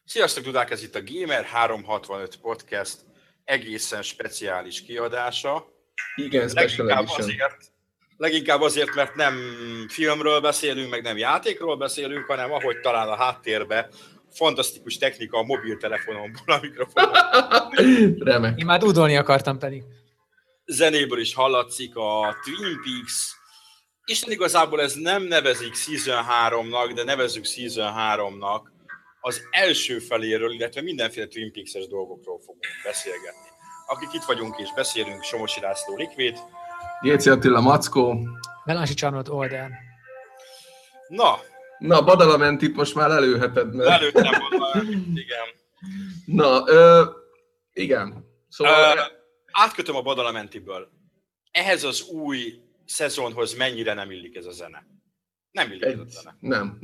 Sziasztok, tudák, ez itt a Gamer 365 Podcast egészen speciális kiadása. Igen, special edition. Leginkább azért, mert nem filmről beszélünk, meg nem játékról beszélünk, hanem ahogy talán a háttérbe fantasztikus technika a mobiltelefonomból a mikrofonon. Remek. Én már dúdolni akartam pedig. Zenéből is hallatszik a Twin Peaks. Isten igazából ez nem nevezik Season 3-nak, de nevezzük Season 3-nak. Az első feléről, illetve mindenféle Twin Peaks-es dolgokról fogunk beszélgetni. Akik itt vagyunk és beszélünk, Somosi László Liquid. Jéci Attila Mackó. Melansi Csarnott Olden. Na, Badalamentit most már lelőheted. Mert... Lelőttem Badalamentit, igen. Na, igen. Szóval... Átkötöm a Badalamentiből. Ehhez az új szezonhoz mennyire nem illik ez a zene? Nem illik ez a zene. Nem.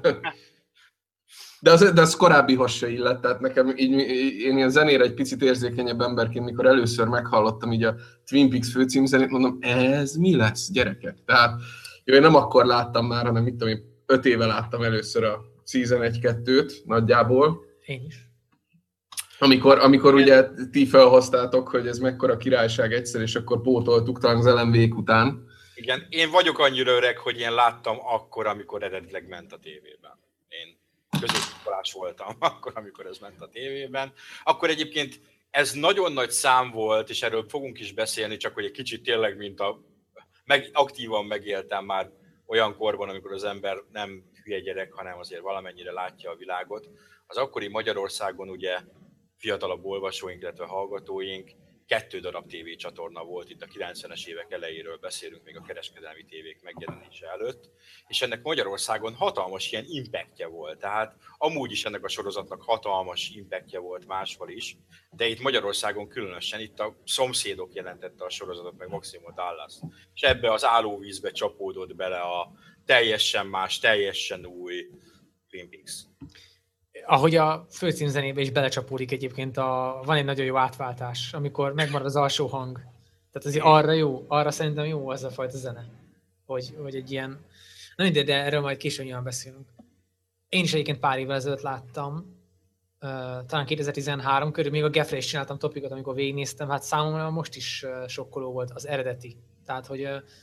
De az korábbihoz se illett, tehát nekem én ilyen zenére egy picit érzékenyebb emberként, mikor először meghallottam így a Twin Peaks főcímzenét, mondom, ez mi lesz, gyerekek? Tehát én nem akkor láttam már, hanem mit tudom én, 5 éve láttam először a Season 1-2-t nagyjából. Én is. Amikor ugye ti felhoztátok, hogy ez mekkora királyság egyszer, és akkor pótoltuk talán az LMV-k után. Igen, én vagyok annyira öreg, hogy én láttam akkor, amikor eredetileg ment a tévében. Én középiskolás voltam akkor, amikor ez ment a tévében. Akkor egyébként ez nagyon nagy szám volt, és erről fogunk is beszélni, csak hogy egy kicsit tényleg, mint aktívan megéltem már olyan korban, amikor az ember nem hülye gyerek, hanem azért valamennyire látja a világot. Az akkori Magyarországon ugye fiatalabb olvasóink, illetve hallgatóink 2 darab tévécsatorna volt, itt a 90-es évek elejéről beszélünk, még a kereskedelmi tévék megjelenése előtt, és ennek Magyarországon hatalmas ilyen impactje volt, tehát amúgy is ennek a sorozatnak hatalmas impactje volt máshol is, de itt Magyarországon különösen, itt a Szomszédok jelentette a sorozatot, meg Maximum Dallas, és ebbe az állóvízbe csapódott bele a teljesen más, teljesen új Twin Peaks. Ahogy a főcímzenébe is belecsapódik egyébként, van egy nagyon jó átváltás, amikor megmarad az alsó hang. Tehát azért arra szerintem jó az a fajta zene. Hogy egy ilyen... Na mindegy, de erről majd később nyilván beszélünk. Én is egyébként pár évvel ezelőtt láttam, talán 2013 körül, még a Gefre is csináltam topikot, amikor végignéztem, hát számomra most is sokkoló volt az eredeti. Tehát, hogy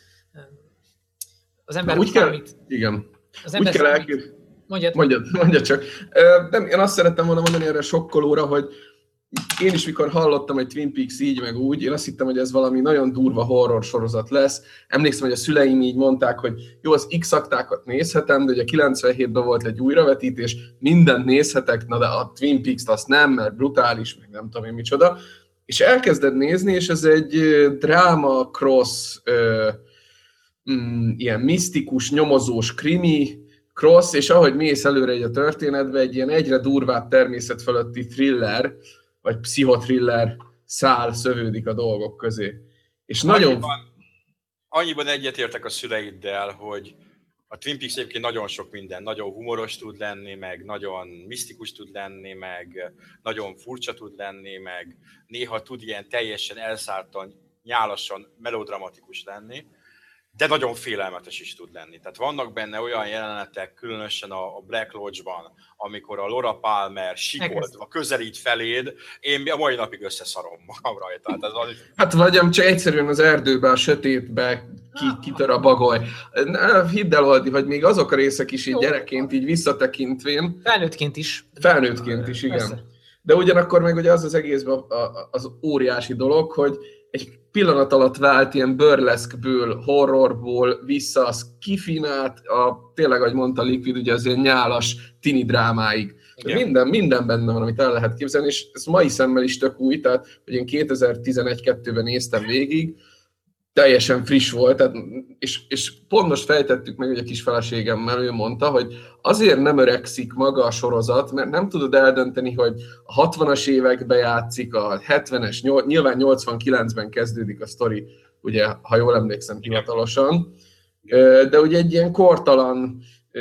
az ember... úgy kell, igen. Az ember úgy kell elképzelni. Mondjad csak. Nem, én azt szerettem volna mondani erre a sokkolóra, hogy én is mikor hallottam, hogy Twin Peaks így meg úgy, én azt hittem, hogy ez valami nagyon durva horror sorozat lesz. Emlékszem, hogy a szüleim így mondták, hogy jó, az X-aktákat nézhetem, de ugye 97-ben volt egy újravetítés, mindent nézhetek, na de a Twin Peaks-t azt nem, mert brutális, meg nem tudom én micsoda. És elkezded nézni, és ez egy dráma, cross, ilyen misztikus, nyomozós krimi, cross, és ahogy mész előre egy a történetbe, egy ilyen egyre durvább természet fölötti thriller, vagy pszichotriller szál szövődik a dolgok közé. És annyiban egyetértek a szüleiddel, hogy a Twin Peaks egyébként nagyon sok minden, nagyon humoros tud lenni, meg nagyon misztikus tud lenni, meg nagyon furcsa tud lenni, meg néha tud ilyen teljesen elszálltan, nyálasan melodramatikus lenni, de nagyon félelmetes is tud lenni. Tehát vannak benne olyan jelenetek, különösen a Black Lodge-ban, amikor a Laura Palmer sikoltva közelít feléd, én a mai napig összeszarom magam rajta. Hát vagy csak egyszerűen az erdőbe, a sötétbe kitör a bagoly. Hidd el, Aldi, hogy még azok a részek is így gyerekként, így visszatekintvén. Felnőttként is. Felnőttként is, igen. Persze. De ugyanakkor meg ugye az egészben az óriási dolog, hogy egy pillanat alatt vált ilyen burleszkből, horrorból vissza a skiffinát, tényleg, ahogy mondta Liquid, ugye az ilyen nyálas tini drámáig. Minden benne van, amit el lehet képzelni, és ez mai szemmel is tök új, tehát hogy én 2011-2-ben néztem végig, teljesen friss volt, tehát, és pont most fejtettük meg, hogy a kis feleségemmel ő mondta, hogy azért nem öregszik maga a sorozat, mert nem tudod eldönteni, hogy a 60-as években játszik, a 70-es, nyilván 89-ben kezdődik a sztori, ugye, ha jól emlékszem hivatalosan, de ugye egy ilyen kortalan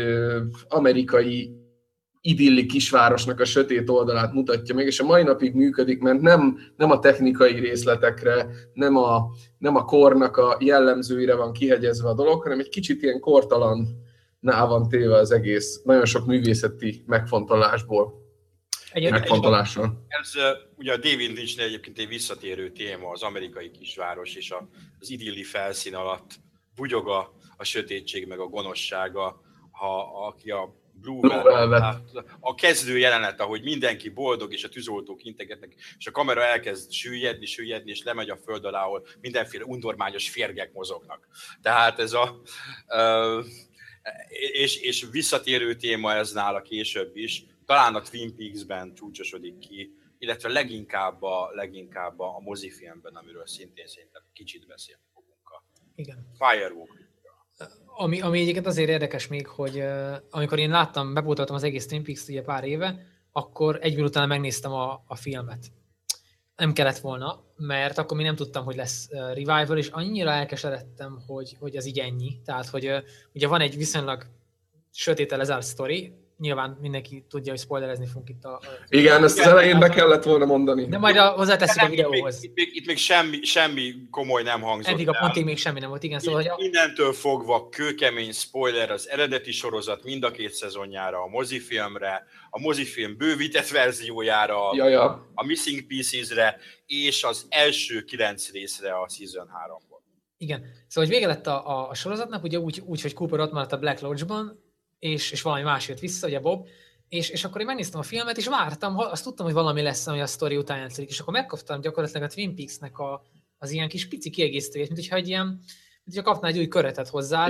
amerikai idilli kisvárosnak a sötét oldalát mutatja meg, és a mai napig működik, mert nem a technikai részletekre, nem a kornak a jellemzőire van kihegyezve a dolog, hanem egy kicsit ilyen kortalanná van téve az egész, nagyon sok művészeti megfontolásból. megfontolással. Ez ugye a David Lynchnél egyébként egy visszatérő téma, az amerikai kisváros és az idilli felszín alatt bugyog a sötétség meg a gonoszsága, aki a Blue Velvet, a kezdő jelenet, ahogy mindenki boldog, és a tűzoltók integetnek, és a kamera elkezd süllyedni, és lemegy a föld alá, ahol mindenféle undormányos férgek mozognak. Tehát ez és visszatérő téma ez nála később is, talán a Twin Peaks-ben csúcsosodik ki, illetve leginkább a mozifilmben, amiről szintén szerintem kicsit beszélni fogunk. Igen. Firewalk. Ami egyébként azért érdekes még, hogy amikor én bepótoltam az egész Twin Peaks-t ugye pár éve, akkor egy utána megnéztem a filmet. Nem kellett volna, mert akkor még nem tudtam, hogy lesz revival, és annyira elkeseredtem, hogy ez így ennyi. Tehát, hogy ugye van egy viszonylag sötéten lezárt sztori, nyilván mindenki tudja, hogy spoilerezni fogunk itt Igen, ezt az elején be kellett volna mondani. De majd hozzátesszük a videóhoz. Itt még semmi komoly nem hangzott. Eddig a pontig még semmi nem volt, igen. Szóval, Innentől fogva kőkemény spoiler az eredeti sorozat mind a 2 szezonjára, a mozifilmre, a mozifilm bővített verziójára, a Missing Pieces-re, és az első 9 részre a Season 3-ból. Igen. Szóval, hogy vége lett a sorozatnak, ugye úgy, hogy Cooper ott maradt a Black Lodge-ban, és valami más jött vissza, ugye Bob, és akkor én megnéztem a filmet, és vártam, azt tudtam, hogy valami lesz, ami a sztori után játszik, és akkor megkaptam gyakorlatilag a Twin Peaks-nek az ilyen kis pici kiegészítőjét, mint hogyha kapnál egy új köretet hozzá.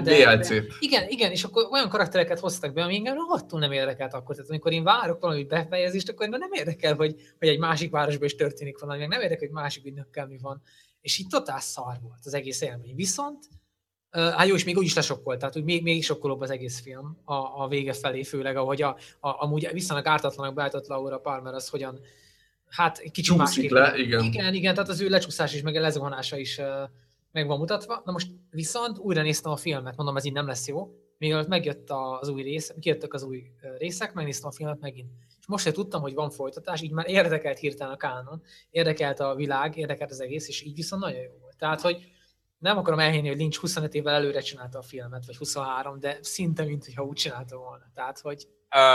Igen, és akkor olyan karaktereket hoztak be, ami engem rohadtul nem érdekelt akkor. Tehát amikor én várok valami befejezést, akkor engem nem érdekel, hogy egy másik városban is történik valami, meg nem érdekel, hogy másik ügynökkel mi van. És így totál szar volt az egész élmény. Viszont jó, és még úgy is lesokkolt, tehát úgy még sokkolóbb az egész film a vége felé, főleg ahogy amúgy viszonylag ártatlanak beállított Laura Palmer, az hogyan, hát kicsit másképp. Igen, tehát az ő lecsúszás is, meg a lezuhanása is meg van mutatva. Na most viszont újra néztem a filmet, mondom, ez így nem lesz jó. Mielőtt megjött az új rész, kijöttek az új részek, megnéztem a filmet megint. És most se tudtam, hogy van folytatás, így már érdekelt hirtelen a kánon, érdekelt a világ, érdekelt az egész, és így viszont nagyon jó volt. Tehát, hogy nem akarom elhinni, hogy Lynch 25 évvel előre csinálta a filmet, vagy 23, de szinte, mintha úgy csinálta volna. Tehát, hogy...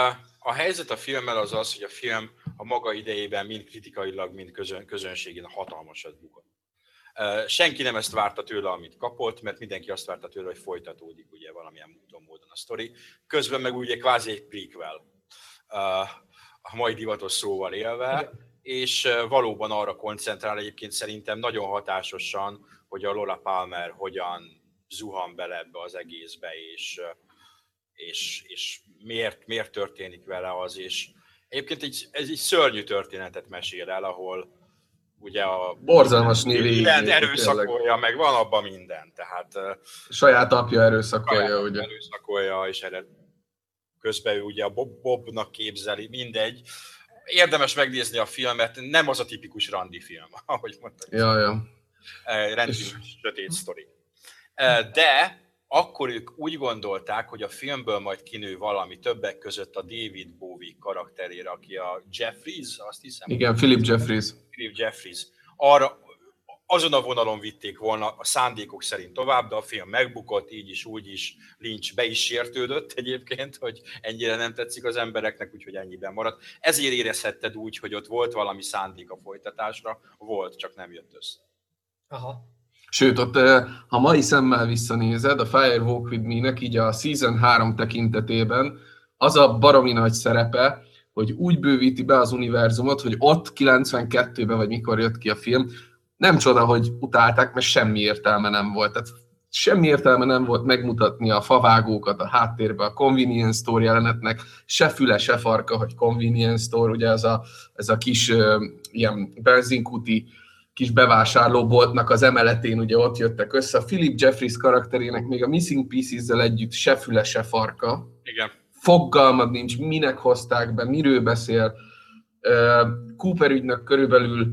A helyzet a filmmel az, hogy a film a maga idejében mind kritikailag, mind közönségén hatalmasat bukott. Senki nem ezt várta tőle, amit kapott, mert mindenki azt várta tőle, hogy folytatódik ugye valamilyen módon a sztori. Közben meg ugye kvázi egy prequel, a mai divatos szóval élve, igen. És valóban arra koncentrál egyébként szerintem nagyon hatásosan, hogy a Laura Palmer hogyan zuhan bele ebbe az egészbe, és miért történik vele az, és egyébként ez egy szörnyű történetet mesél el, ahol ugye a borzalmas névi mindent erőszakolja, meg van abban minden, tehát saját apja erőszakolja, ugye. Erőszakolja, és erre közben ő ugye a Bobnak képzeli, mindegy. Érdemes megnézni a filmet, nem az a tipikus randi film, ahogy mondtam. Ja. Rendkívül sötét sztori. De akkor ők úgy gondolták, hogy a filmből majd kinő valami, többek között a David Bowie karakterére, aki a Jeffries, azt hiszem. Igen, Philip Jeffries. Azon a vonalon vitték volna a szándékok szerint tovább, de a film megbukott, így is, úgy is, Lynch be is sértődött egyébként, hogy ennyire nem tetszik az embereknek, úgyhogy ennyiben maradt. Ezért érezhetted úgy, hogy ott volt valami szándék a folytatásra, volt, csak nem jött össze. Aha. Sőt, ott, ha mai szemmel visszanézed, a Firewalk with Me-nek így a Season 3 tekintetében az a baromi nagy szerepe, hogy úgy bővíti be az univerzumot, hogy ott 92-ben, vagy mikor jött ki a film, nem csoda, hogy utálták, mert semmi értelme nem volt. Tehát semmi értelme nem volt megmutatni a favágókat a háttérbe, a convenience store jelenetnek, se füle, se farka, hogy convenience store, ugye ez a kis ilyen benzinkúti kis bevásárlóboltnak az emeletén, ugye ott jöttek össze. A Philip Jeffries karakterének még a Missing Pieces-zel együtt se füle, se farka. Igen. Fogalmad nincs, minek hozták be, miről beszél. Cooper ügynök körülbelül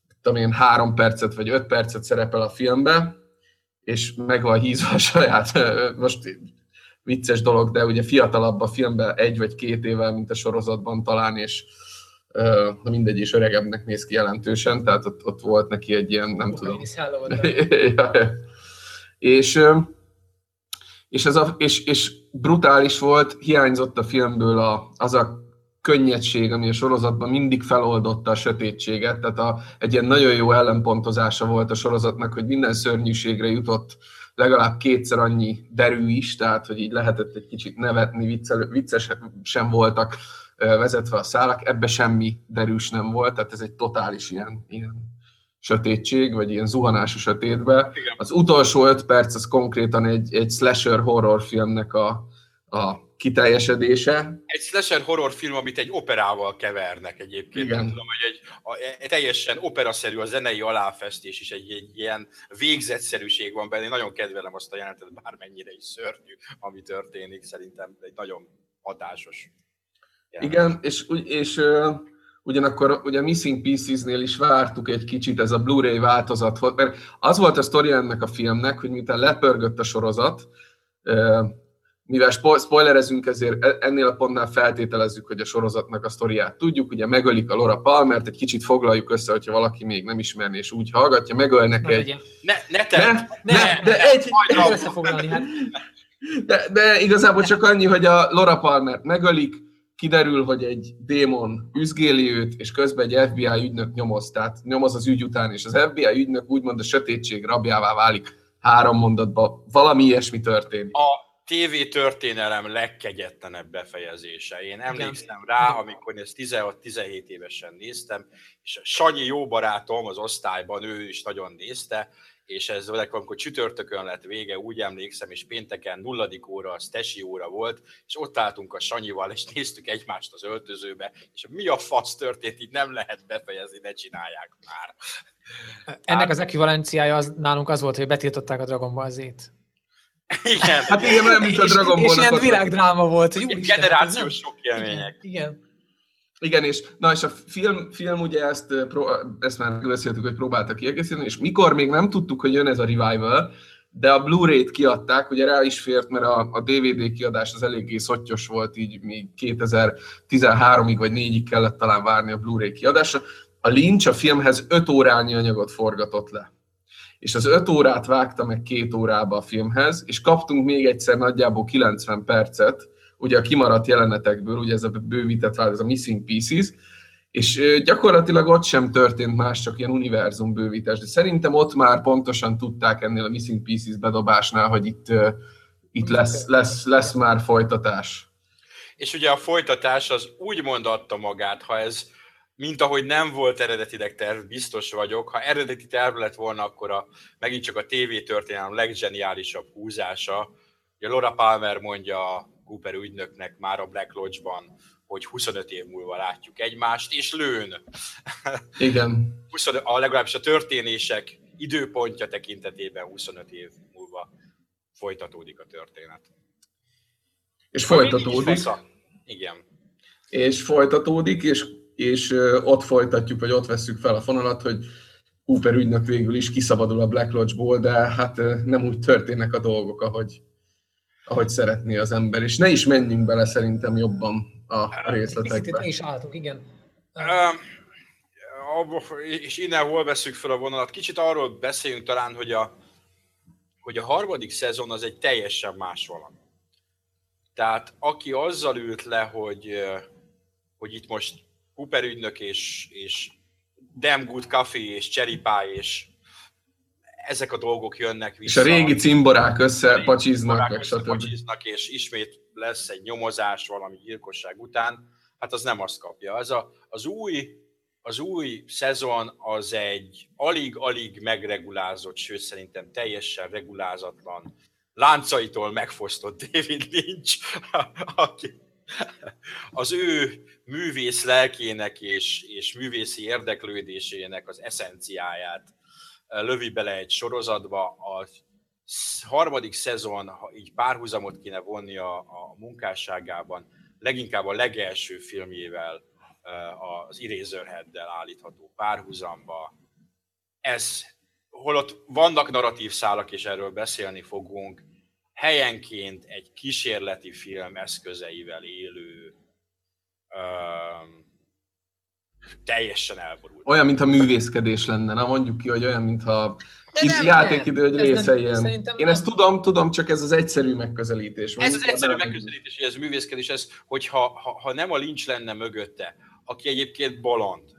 3 percet vagy 5 percet szerepel a filmbe, és meg van hízva a saját, most vicces dolog, de ugye fiatalabb a filmben 1 vagy 2 évvel, mint a sorozatban talán, és mindegy, és öregebbnek néz ki jelentősen, tehát ott volt neki egy ilyen, nem tudom. És brutális volt, hiányzott a filmből az a könnyedség, ami a sorozatban mindig feloldotta a sötétséget, tehát egy ilyen nagyon jó ellenpontozása volt a sorozatnak, hogy minden szörnyűségre jutott legalább kétszer annyi derű is, tehát hogy így lehetett egy kicsit nevetni, vicces sem voltak vezetve a szálak, ebbe semmi derűs nem volt, tehát ez egy totális ilyen sötétség, vagy ilyen zuhanás a sötétbe. Igen. Az utolsó 5 perc az konkrétan egy slasher horrorfilmnek a kiteljesedése. Egy slasher horrorfilm, amit egy operával kevernek egyébként. Igen. Nem tudom, hogy egy teljesen operaszerű a zenei aláfestés is, egy ilyen végzetszerűség van benne. Én nagyon kedvelem azt a jelenetet, bármennyire is szörnyű, ami történik. Szerintem egy nagyon hatásos jelenet. Igen, és ugyanakkor ugye Missing Pieces-nél is vártuk egy kicsit, ez a Blu-ray változat volt, mert az volt a sztoria ennek a filmnek, hogy miután lepörgött a sorozat, mivel spoilerezünk, ezért ennél a pontnál feltételezzük, hogy a sorozatnak a sztoriát tudjuk, ugye megölik a Laura Palmert, egy kicsit foglaljuk össze, hogyha valaki még nem ismerné és úgy hallgatja, megölnek de igazából csak annyi, hogy a Laura Palmert megölik, kiderül, hogy egy démon üzgéli őt, és közben egy FBI ügynök nyomoz, tehát nyomoz az ügy után, és az FBI ügynök úgymond a sötétség rabjává válik 3 mondatban. Valami ilyesmi történik. A TV történelem legkegyetlenebb befejezése. Én emlékszem rá, amikor ezt 16-17 évesen néztem, és a Sanyi jó barátom az osztályban, ő is nagyon nézte, és ez amikor csütörtökön lett vége, úgy emlékszem, és pénteken 0. óra, az tesi óra volt, és ott álltunk a Sanyival, és néztük egymást az öltözőbe, és mi a fasz történt, így nem lehet befejezni, ne csinálják már. Ennek az ekvivalenciája nálunk az volt, hogy betiltották a Dragon Ball Z-t. Igen. Hát igen, nem mint a Dragon Ball. És ilyen világdráma volt, hogy úristen, generációs sok élmények. Igen. És a film ugye ezt már megbeszéltük, hogy próbáltak kiegészíteni, és mikor még nem tudtuk, hogy jön ez a revival, de a Blu-ray-t kiadták, ugye rá is fért, mert a DVD kiadás az eléggé szottyos volt, így még 2013-ig vagy 4-ig kellett talán várni a Blu-ray kiadásra. A Lynch a filmhez 5 órányi anyagot forgatott le. És az 5 órát vágta meg 2 órába a filmhez, és kaptunk még egyszer nagyjából 90 percet, ugye a kimaradt jelenetekből, ugye ez a bővített vált, ez a Missing Pieces, és gyakorlatilag ott sem történt más, csak ilyen univerzum bővítés, de szerintem ott már pontosan tudták ennél a Missing Pieces bedobásnál, hogy itt lesz már folytatás. És ugye a folytatás az úgy mondatta magát, ha ez, mint ahogy nem volt eredetileg terv, biztos vagyok, ha eredeti terv lett volna, akkor megint csak a TV történelem leggeniálisabb húzása. Ugye Laura Palmer mondja a Cooper ügynöknek már a Black Lodge-ban, hogy 25 év múlva látjuk egymást, és lőn. Igen. Legalábbis a történések időpontja tekintetében 25 év múlva folytatódik a történet. És folytatódik. Igen. És folytatódik, és ott folytatjuk, vagy ott vesszük fel a fonalat, hogy Cooper ügynök végül is kiszabadul a Black Lodge-ból, de hát nem úgy történnek a dolgok, ahogy szeretné az ember. És ne is menjünk bele szerintem jobban a részletekbe. Is álltunk, igen. És innen hol veszük fel a vonalat? Kicsit arról beszéljünk talán, hogy a harmadik szezon az egy teljesen más valami. Tehát aki azzal ült le, hogy itt most Cooper ügynök és Damn Good Coffee és Cherry Pie és ezek a dolgok jönnek vissza. És a régi cimborák összepacsiznak, és ismét lesz egy nyomozás valami gyilkosság után, hát az nem azt kapja. Az új szezon az egy alig-alig megregulázott, sőt szerintem teljesen regulázatlan, láncaitól megfosztott David Lynch, aki az ő művész lelkének és művészi érdeklődésének az eszenciáját lövi bele egy sorozatba. A harmadik szezon, ha így párhuzamot kéne vonni a munkásságában, leginkább a legelső filmjével, az Eraserheaddel állítható párhuzamba. Holott vannak narratív szálak, és erről beszélni fogunk, helyenként egy kísérleti film eszközeivel élő teljesen elborult. Olyan, mintha művészkedés lenne, na mondjuk ki, hogy olyan, mintha játékidő, hogy ez része nem, ilyen. szerintem Én nem. ezt tudom, csak ez az egyszerű megközelítés. Ez az egyszerű megközelítés, hogy ez művészkedés, ez, hogyha nem a Lynch lenne mögötte, aki egyébként bolond.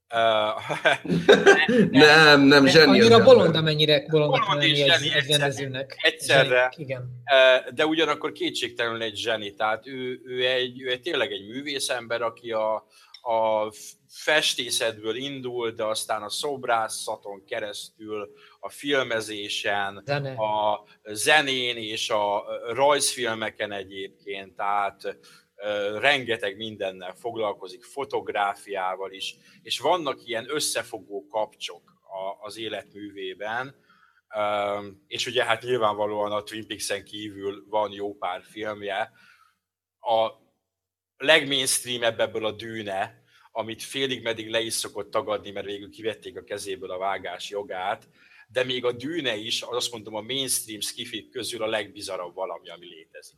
Nem, zseni. Annyira bolond, amennyire bolondnak Bolond lenni és zseni egy rendezőnek. egyszerre. Igen. De ugyanakkor kétségtelenül egy zseni, tehát ő tényleg egy művészember, aki a festészetből indul, de aztán a szobrászaton keresztül, a filmezésen, a zenén és a rajzfilmeken egyébként, tehát rengeteg mindennel foglalkozik, fotográfiával is, és vannak ilyen összefogó kapcsok az életművében, és ugye hát nyilvánvalóan a Twin Peaks-en kívül van jó pár filmje. A legmainstreamebb ebből a Dűne, amit félig-meddig le is szokott tagadni, mert végül kivették a kezéből a vágás jogát, de még a Dűne is, azt mondom, a mainstream sci-fi közül a legbizarabb valami, ami létezik.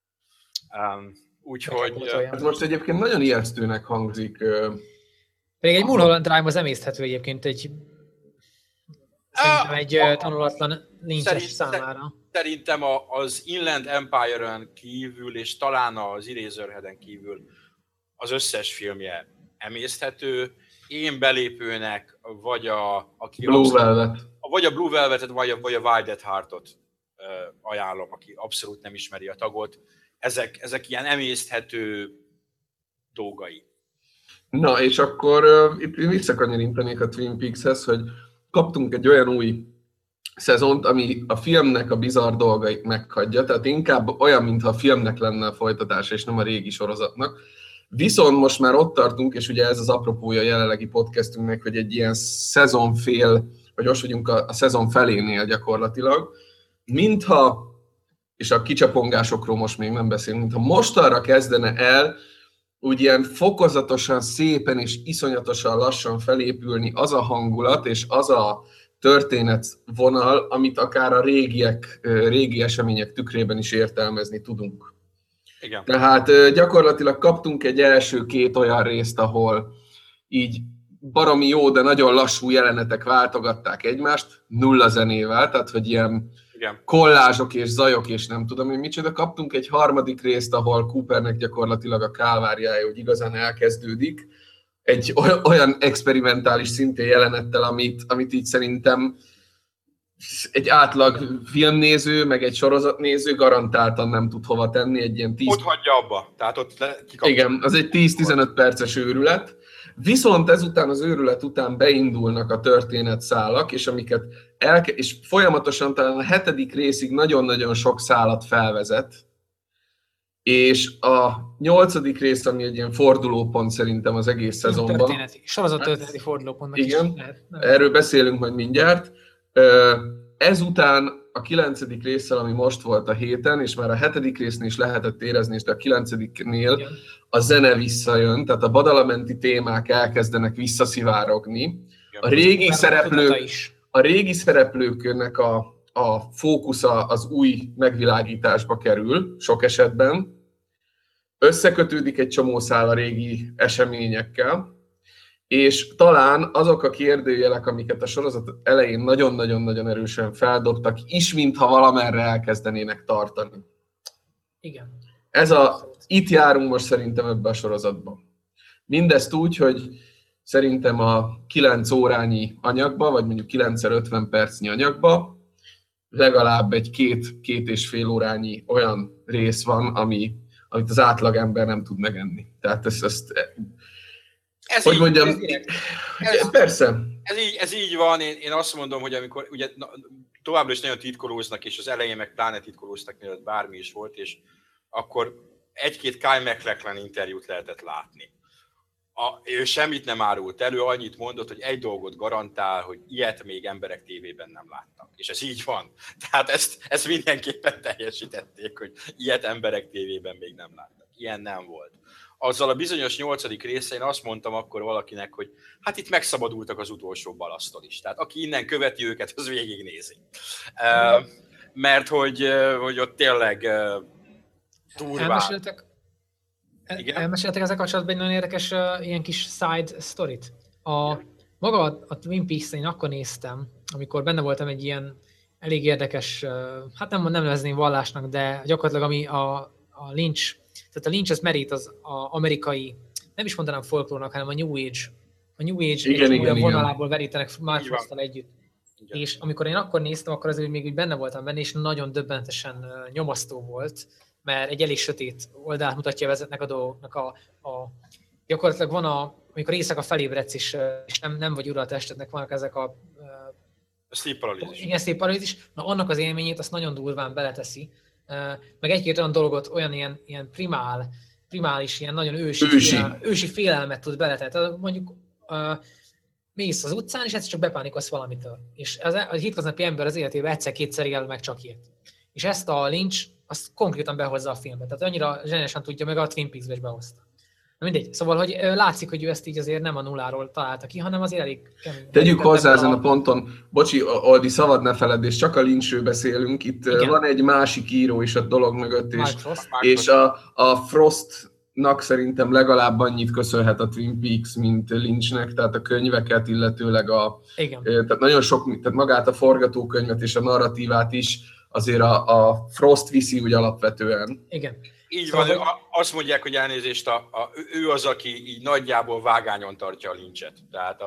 Úgyhogy... Ez most egyébként nagyon ijesztőnek hangzik. Pedig egy Mulholland Drive az emészthető egyébként szerintem egy tanulatlan Lynch-es számára. Szerintem az Inland Empire-ön kívül, és talán az Eraserhead-en kívül az összes filmje emészthető. Én belépőnek, vagy a Blue Velvet. Vagy a Blue Velvet-et, vagy a Wild at Heart-ot ajánlom, aki abszolút nem ismeri a tagot. Ezek ilyen emészthető dolgai. Na, és akkor itt visszakanyarítanék a Twin Peaks-hez, hogy kaptunk egy olyan új szezont, ami a filmnek a bizarr dolgait meghagyja, tehát inkább olyan, mintha a filmnek lenne a folytatása, és nem a régi sorozatnak. Viszont most már ott tartunk, és ugye ez az apropója a jelenlegi podcastünknek, hogy egy ilyen szezonfél, vagy most vagyunk a szezon felénél gyakorlatilag, mintha, és a kicsapongásokról most még nem beszélünk, mintha mostanra kezdene el úgy ilyen fokozatosan, szépen és iszonyatosan lassan felépülni az a hangulat, és az a történetvonal, amit akár a régi események tükrében is értelmezni tudunk. Igen. Tehát gyakorlatilag kaptunk egy első 2 olyan részt, ahol így baromi jó, de nagyon lassú jelenetek váltogatták egymást, nulla zenével, tehát hogy ilyen kollázsok és zajok és nem tudom én micsoda. Kaptunk egy harmadik részt, ahol Coopernek gyakorlatilag a kálváriája, hogy igazán elkezdődik, egy olyan experimentális szintén jelenettel, amit így szerintem egy átlag filmnéző, meg egy sorozatnéző garantáltan nem tud hova tenni. Egy ilyen 10... Ott hagyja abba. Tehát ott igen, az egy 10-15 perces őrület. Viszont ezután az őrület után beindulnak a történetszálak, és amiket és folyamatosan talán a 7. részig nagyon-nagyon sok szálat felvezet. És a 8. rész, ami egy ilyen fordulópont szerintem az egész szezonban. Sorozat-történeti fordulópontnak igen, is lehet. Erről beszélünk majd mindjárt. Ezután a 9. résszel, ami most volt a héten, és már a 7. résznél is lehetett érezni, de a 9-nél a zene visszajön, tehát a badalamenti témák elkezdenek visszaszivárogni. A régi szereplőknek a fókusza az új megvilágításba kerül, sok esetben. Összekötődik egy csomó szál a régi eseményekkel, és talán azok a kérdőjelek, amiket a sorozat elején nagyon-nagyon-nagyon erősen feldobtak, is mintha valamerre elkezdenének tartani. Igen. Itt járunk most szerintem ebbe a sorozatban. Mindezt úgy, hogy szerintem a 9 órányi anyagba, vagy mondjuk 9x50 percnyi anyagba legalább egy 2-2,5 órányi olyan rész van, amit az átlagember nem tud megenni. Tehát hogy mondjam, persze. Ez így van, én azt mondom, hogy amikor ugye továbbra is nagyon titkolóznak, és az elején meg pláne titkolóztak, mielőtt bármi is volt, és akkor 1-2 Kyle MacLachlan interjút lehetett látni. Ő semmit nem árult elő, annyit mondott, hogy egy dolgot garantál, hogy ilyet még emberek tévében nem láttak. És ez így van. Tehát ezt mindenképpen teljesítették, hogy ilyet emberek tévében még nem láttak. Ilyen nem volt. Azzal a bizonyos 8. részén azt mondtam akkor valakinek, hogy hát itt megszabadultak az utolsó balasztól is. Tehát aki innen követi őket, az végignézi. Mert hogy ott tényleg durván. Igen? Elmeséltek ezzel kapcsolatban egy nagyon érdekes ilyen kis side storyt. Maga a Twin Peaks én akkor néztem, amikor benne voltam egy ilyen elég érdekes, hát nem nevezném vallásnak, de gyakorlatilag ami a Lynch, tehát a Lynch az merít az amerikai, nem is mondanám folklórnak, hanem a New Age. A New Age egy olyan vonalából verítenek Mark Frosttal együtt. Igen. És amikor én akkor néztem, akkor azért még úgy benne voltam benne, és nagyon döbbenetesen nyomasztó volt, mert egy elég sötét oldalát mutatja vezetnek a dolgoknak. Gyakorlatilag van amikor éjszaka felébredsz, és nem vagy ura a testednek, vannak ezek a sleep paralysis. Igen, sleep paralysis. Na, annak az élményét azt nagyon durván beleteszi. Meg egy-két olyan dolgot, olyan ilyen primális, ilyen nagyon ősi félelmet tud beletenni. Tehát mondjuk mész az utcán, és egyszer csak bepánikolsz valamitől. És a hétköznapi ember az életében egyszer-kétszer él meg csak ilyet. És ezt a Lynch azt konkrétan behozza a filmbe. Tehát annyira zseniálisan tudja, meg a Twin Peaks-be is behozta. Na mindegy. Szóval, hogy látszik, hogy ő ezt így azért nem a nulláról találta ki, hanem azért elég kemény. Tegyük hozzá ezen a ponton, bocsi, Aldi, szabad ne feledd, és csak a Lynchről beszélünk. Itt igen. Van egy másik író is a dolog mögött, és a Frostnak szerintem legalább annyit köszönhet a Twin Peaks, mint Lynchnek, tehát a könyveket, illetőleg tehát nagyon sok, tehát magát a forgatókönyvet és a narratívát is azért a Frost viszi úgy alapvetően. Igen. Így van, azt mondják, hogy elnézést, ő az, aki így nagyjából vágányon tartja a Lynchet. Tehát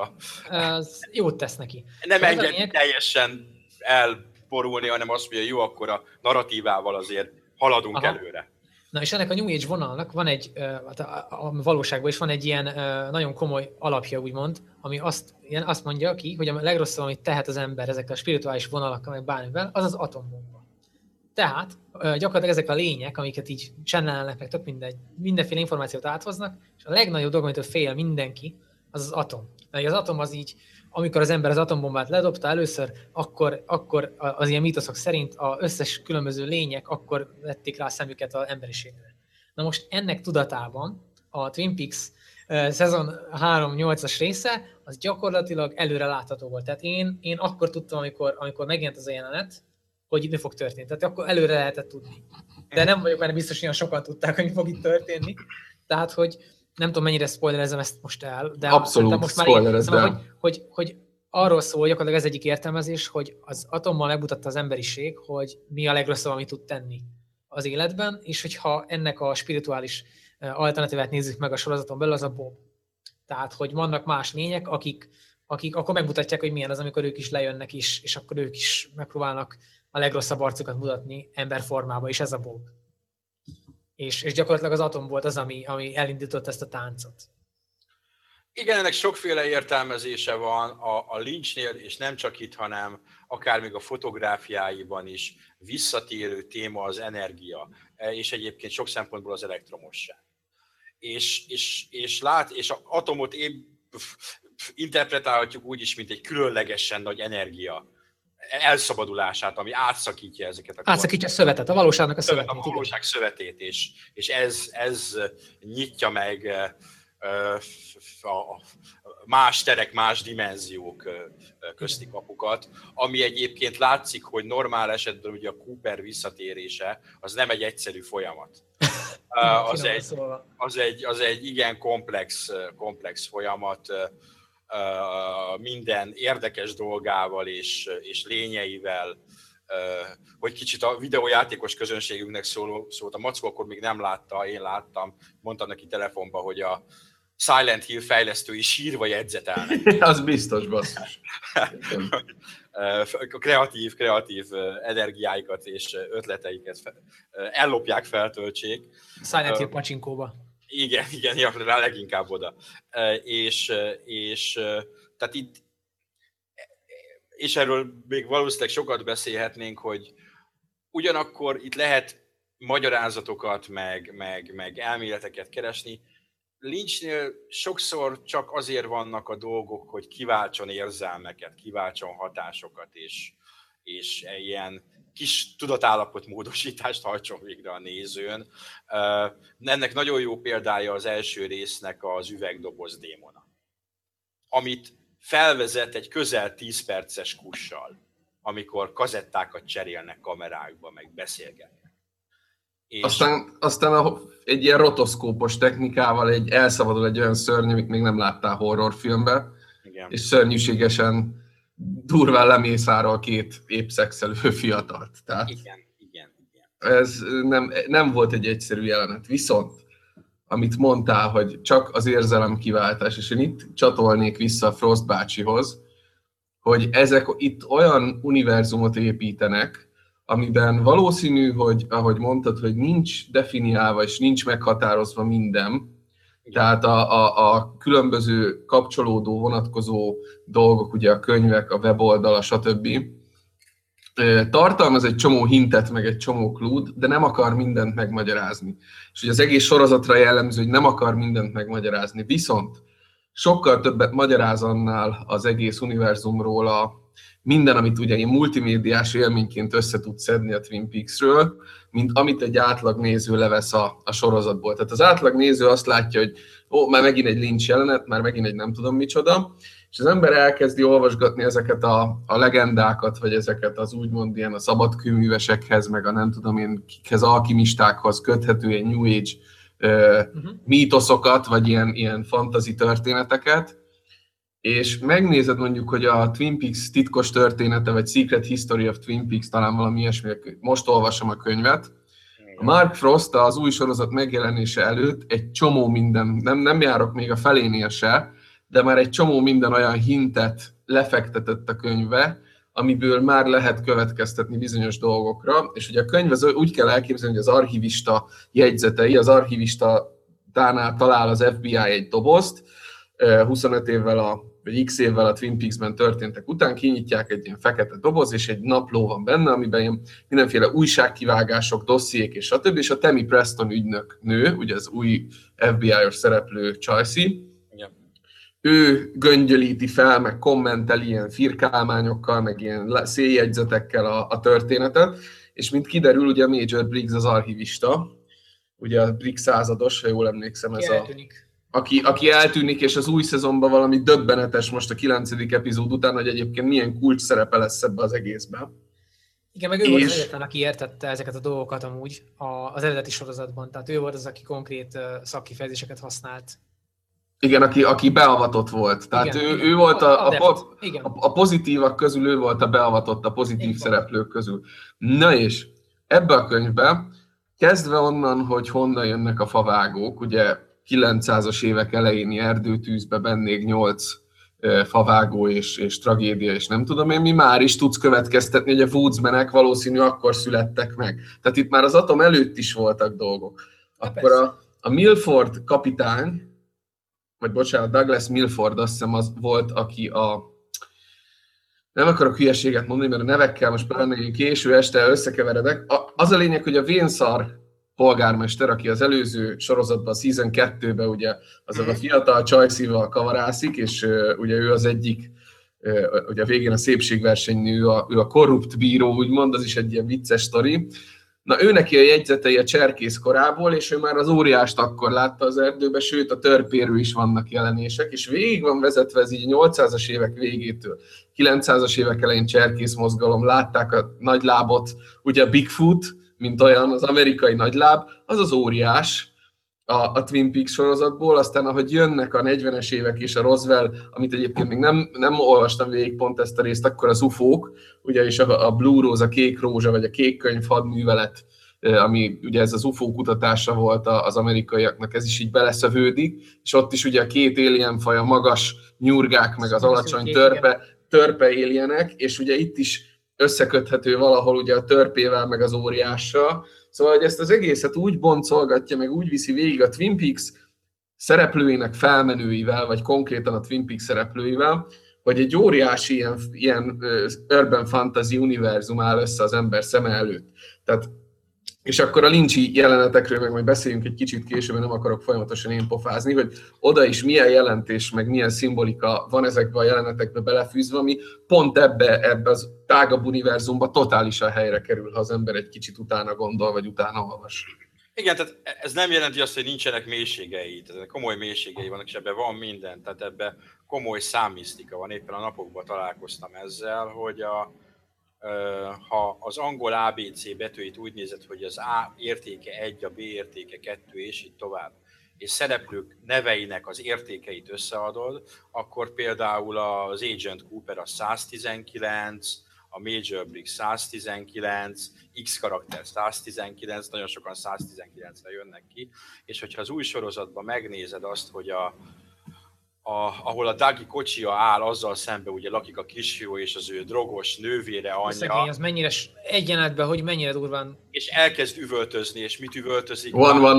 az jót tesz neki. Nem enged teljesen elborulni, hanem azt mondja, jó, akkor a narratívával azért haladunk előre. Na és ennek a New Age vonalnak van egy, a valóságban is van egy ilyen nagyon komoly alapja, úgymond, ami azt mondja ki, hogy a legrosszabb, amit tehet az ember ezekkel a spirituális vonalakkal, meg bármivel, az az atombomba. Tehát gyakorlatilag ezek a lények, amiket így channelnek, meg tök mindenféle információt áthoznak, és a legnagyobb dolog, amitől fél mindenki, az az atom. Mert az atom az így, amikor az ember az atombombát ledobta először, akkor az ilyen mítoszok szerint az összes különböző lények akkor vették rá a szemüket az emberiségre. Na most ennek tudatában a Twin Peaks szezon 3-8-as része, az gyakorlatilag előre látható volt. Tehát én akkor tudtam, amikor megjelent az a jelenet, hogy itt mi fog történni. Tehát akkor előre lehetett tudni. De nem vagyok benne biztos, hogy olyan sokan tudták, hogy mi fog itt történni. Tehát, hogy nem tudom, mennyire spoilerezem ezt most el. De abszolút most spoilerezd el. Hogy arról szól, gyakorlatilag ez egyik értelmezés, hogy az atommal megmutatta az emberiség, hogy mi a legrosszabb, amit tud tenni az életben, és hogyha ennek a spirituális alternatívát nézzük meg a sorozaton belül, az a Bob. Tehát, hogy vannak más lények, akik akkor megmutatják, hogy milyen az, amikor ők is lejönnek is, és akkor ők is megpróbálnak a legrosszabb arcukat mutatni emberformába, és ez a Bob. És gyakorlatilag az atom volt az, ami elindított ezt a táncot. Igen, ennek sokféle értelmezése van a Lynchnél, és nem csak itt, hanem akár még a fotográfiáiban is visszatérő téma az energia, és egyébként sok szempontból az elektromosság. És az atomot interpretálhatjuk úgy is, mint egy különlegesen nagy energia elszabadulását, ami átszakítja ezeket a... Átszakítja a szövetet, a valóságnak a szövetét. A valóság szövetét, és ez nyitja meg a más terek, más dimenziók közti kapukat, ami egyébként látszik, hogy normál esetben ugye a Cooper visszatérése az nem egy egyszerű folyamat. Az egy igen komplex folyamat, minden érdekes dolgával és lényeivel, hogy kicsit a videójátékos közönségünknek szólt, a Mackó akkor még nem látta, én láttam, mondtam neki telefonban, hogy a Silent Hill fejlesztői sírva jegyzetelnek. Az biztos, basszus. Kreatív energiáikat és ötleteiket ellopják, feltöltsék. Silent Hill pacsinkóba. Igen, leginkább oda. És tehát itt, és erről még valószínűleg sokat beszélhetnénk, hogy ugyanakkor itt lehet magyarázatokat, meg elméleteket keresni. Lynchnél sokszor csak azért vannak a dolgok, hogy kiváltson érzelmeket, kiváltson hatásokat, és ilyen kis tudatállapot módosítást hajtson végre a nézőn. Ennek nagyon jó példája az első résznek az Üvegdoboz démona, amit felvezet egy közel 10 perces kussal, amikor kazettákat cserélnek kamerákba, meg beszélgetnek. És Aztán egy ilyen rotoszkópos technikával elszabadul egy olyan szörny, amit még nem láttál horrorfilmben, igen. és szörnyűségesen durván lemészárol két épp szexelő fiatalt. Tehát Igen. ez nem volt egy egyszerű jelenet. Viszont, amit mondtál, hogy csak az érzelemkiváltás, és én itt csatolnék vissza a Frost bácsihoz, hogy ezek itt olyan univerzumot építenek, amiben valószínű, hogy ahogy mondtad, hogy nincs definiálva és nincs meghatározva minden, tehát a különböző kapcsolódó, vonatkozó dolgok, ugye a könyvek, a weboldala, stb. Tartalmaz egy csomó hintet, meg egy csomó klút, de nem akar mindent megmagyarázni. És ugye az egész sorozatra jellemző, hogy nem akar mindent megmagyarázni. Viszont sokkal többet magyaráz annál az egész univerzumról, minden, amit ugye én multimédiás élményként össze tud szedni a Twin Peaksről, mint amit egy átlag néző levesz a sorozatból. Tehát az átlag néző azt látja, hogy már megint egy Lynch jelenet, már megint egy nem tudom micsoda, és az ember elkezdi olvasgatni ezeket a legendákat, vagy ezeket az úgymond ilyen a szabadkőművesekhez, meg a nem tudom én kikhez, alkimistákhoz köthető ilyen New Age mítoszokat, vagy ilyen fantasy történeteket, és megnézed mondjuk, hogy a Twin Peaks titkos története, vagy Secret History of Twin Peaks, talán valami ilyesmi, most olvasom a könyvet. A Mark Frost az új sorozat megjelenése előtt egy csomó minden, nem járok még a felénél se, de már egy csomó minden olyan hintet lefektetett a könyvbe, amiből már lehet következtetni bizonyos dolgokra, és ugye a könyv az úgy kell elképzelni, hogy az archivista jegyzetei, az archivistánál talál az FBI egy dobozt, 25 évvel vagy x évvel a Twin Peaksben történtek után, kinyitják egy ilyen fekete doboz, és egy napló van benne, amiben ilyen mindenféle újságkivágások, dossziék és stb. És a Tammy Preston ügynök nő, ugye az új FBI-os szereplő Chelsea, ő göngyölíti fel, meg kommenteli ilyen firkálmányokkal, meg ilyen széljegyzetekkel a történetet, és mint kiderül, ugye Major Briggs az archivista, ugye a Briggs százados, ha jól emlékszem, ez aki eltűnik, és az új szezonban valami döbbenetes most a 9. epizód után, hogy egyébként milyen kulcs szerepe lesz ebbe az egészben. Igen, meg ő volt az egyetlen, aki értette ezeket a dolgokat amúgy az eredeti sorozatban, tehát ő volt az, aki konkrét szakkifejezéseket használt. Igen, aki beavatott volt. Tehát igen, ő volt a pozitívak közül, ő volt a beavatott, a pozitív szereplők közül. Na és ebbe a könyvbe, kezdve onnan, hogy honnan jönnek a favágók, ugye 900-as évek elejéni erdőtűzbe bennék 8 favágó és tragédia, és nem tudom én mi, már is tudsz következtetni, hogy a Woodsmanek valószínű akkor születtek meg. Tehát itt már az atom előtt is voltak dolgok. Akkor a Milford kapitány, vagy bocsánat, Douglas Milford, azt hiszem az volt, aki nem akarok hülyeséget mondani, mert a nevekkel most pláne késő este összekeveredek. Az a lényeg, hogy a Vénszar polgármester, aki az előző sorozatban, a Season 2-ben ugye azon a fiatal Chelsea-val kavarászik, és ugye ő az egyik, ugye a végén a szépségversenynő, ő a korrupt bíró, úgymond, az is egy ilyen vicces sztori. Na, ő neki a jegyzetei a cserkész korából, és ő már az óriást akkor látta az erdőbe, sőt a törpéről is vannak jelenések, és végig van vezetve ez így 800-as évek végétől. 900-as évek elején cserkész mozgalom, látták a nagylábot, ugye a Bigfoot, mint olyan, az amerikai nagyláb, az az óriás a Twin Peaks sorozatból, aztán ahogy jönnek a 40-es évek és a Roswell, amit egyébként még nem olvastam végig pont ezt a részt, akkor az UFO-k, ugye is a Blue Rose, a Kék Rózsa, vagy a Kék Könyv hadművelet, ami ugye ez az UFO kutatása volt az amerikaiaknak, ez is így beleszövődik, és ott is ugye a két alienfaj, a magas nyurgák, meg az alacsony törpe alienek, és ugye itt is összeköthető valahol ugye a törpével, meg az óriással. Szóval, hogy ezt az egészet úgy boncolgatja, meg úgy viszi végig a Twin Peaks szereplőinek felmenőivel, vagy konkrétan a Twin Peaks szereplőivel, hogy egy óriási ilyen urban fantasy univerzum áll össze az ember szeme előtt. Tehát, és akkor a Lynch-i jelenetekről meg majd beszéljünk egy kicsit később, nem akarok folyamatosan én pofázni, hogy oda is milyen jelentés, meg milyen szimbolika van ezekbe a jelenetekbe belefűzve, ami pont ebbe az tágabb univerzumba totálisan helyre kerül, ha az ember egy kicsit utána gondol, vagy utána olvas. Igen, tehát ez nem jelenti azt, hogy nincsenek mélységei, tehát komoly mélységei vannak, és ebben van minden, tehát ebben komoly számmisztika van. Éppen a napokban találkoztam ezzel, hogy ha az angol ABC betűit úgy nézed, hogy az A értéke 1, a B értéke 2, és így tovább, és szereplők neveinek az értékeit összeadod, akkor például az Agent Cooper a 119, a Major Briggs 119, X karakter 119, nagyon sokan 119-re jönnek ki, és hogyha az új sorozatban megnézed azt, hogy ahol a Dougie kocsia áll, azzal szemben ugye lakik a kisfiú és az ő drogos nővére, anyja. Szegény, az mennyire egyenletben, hogy mennyire durván. És elkezd üvöltözni, és mit üvöltözik?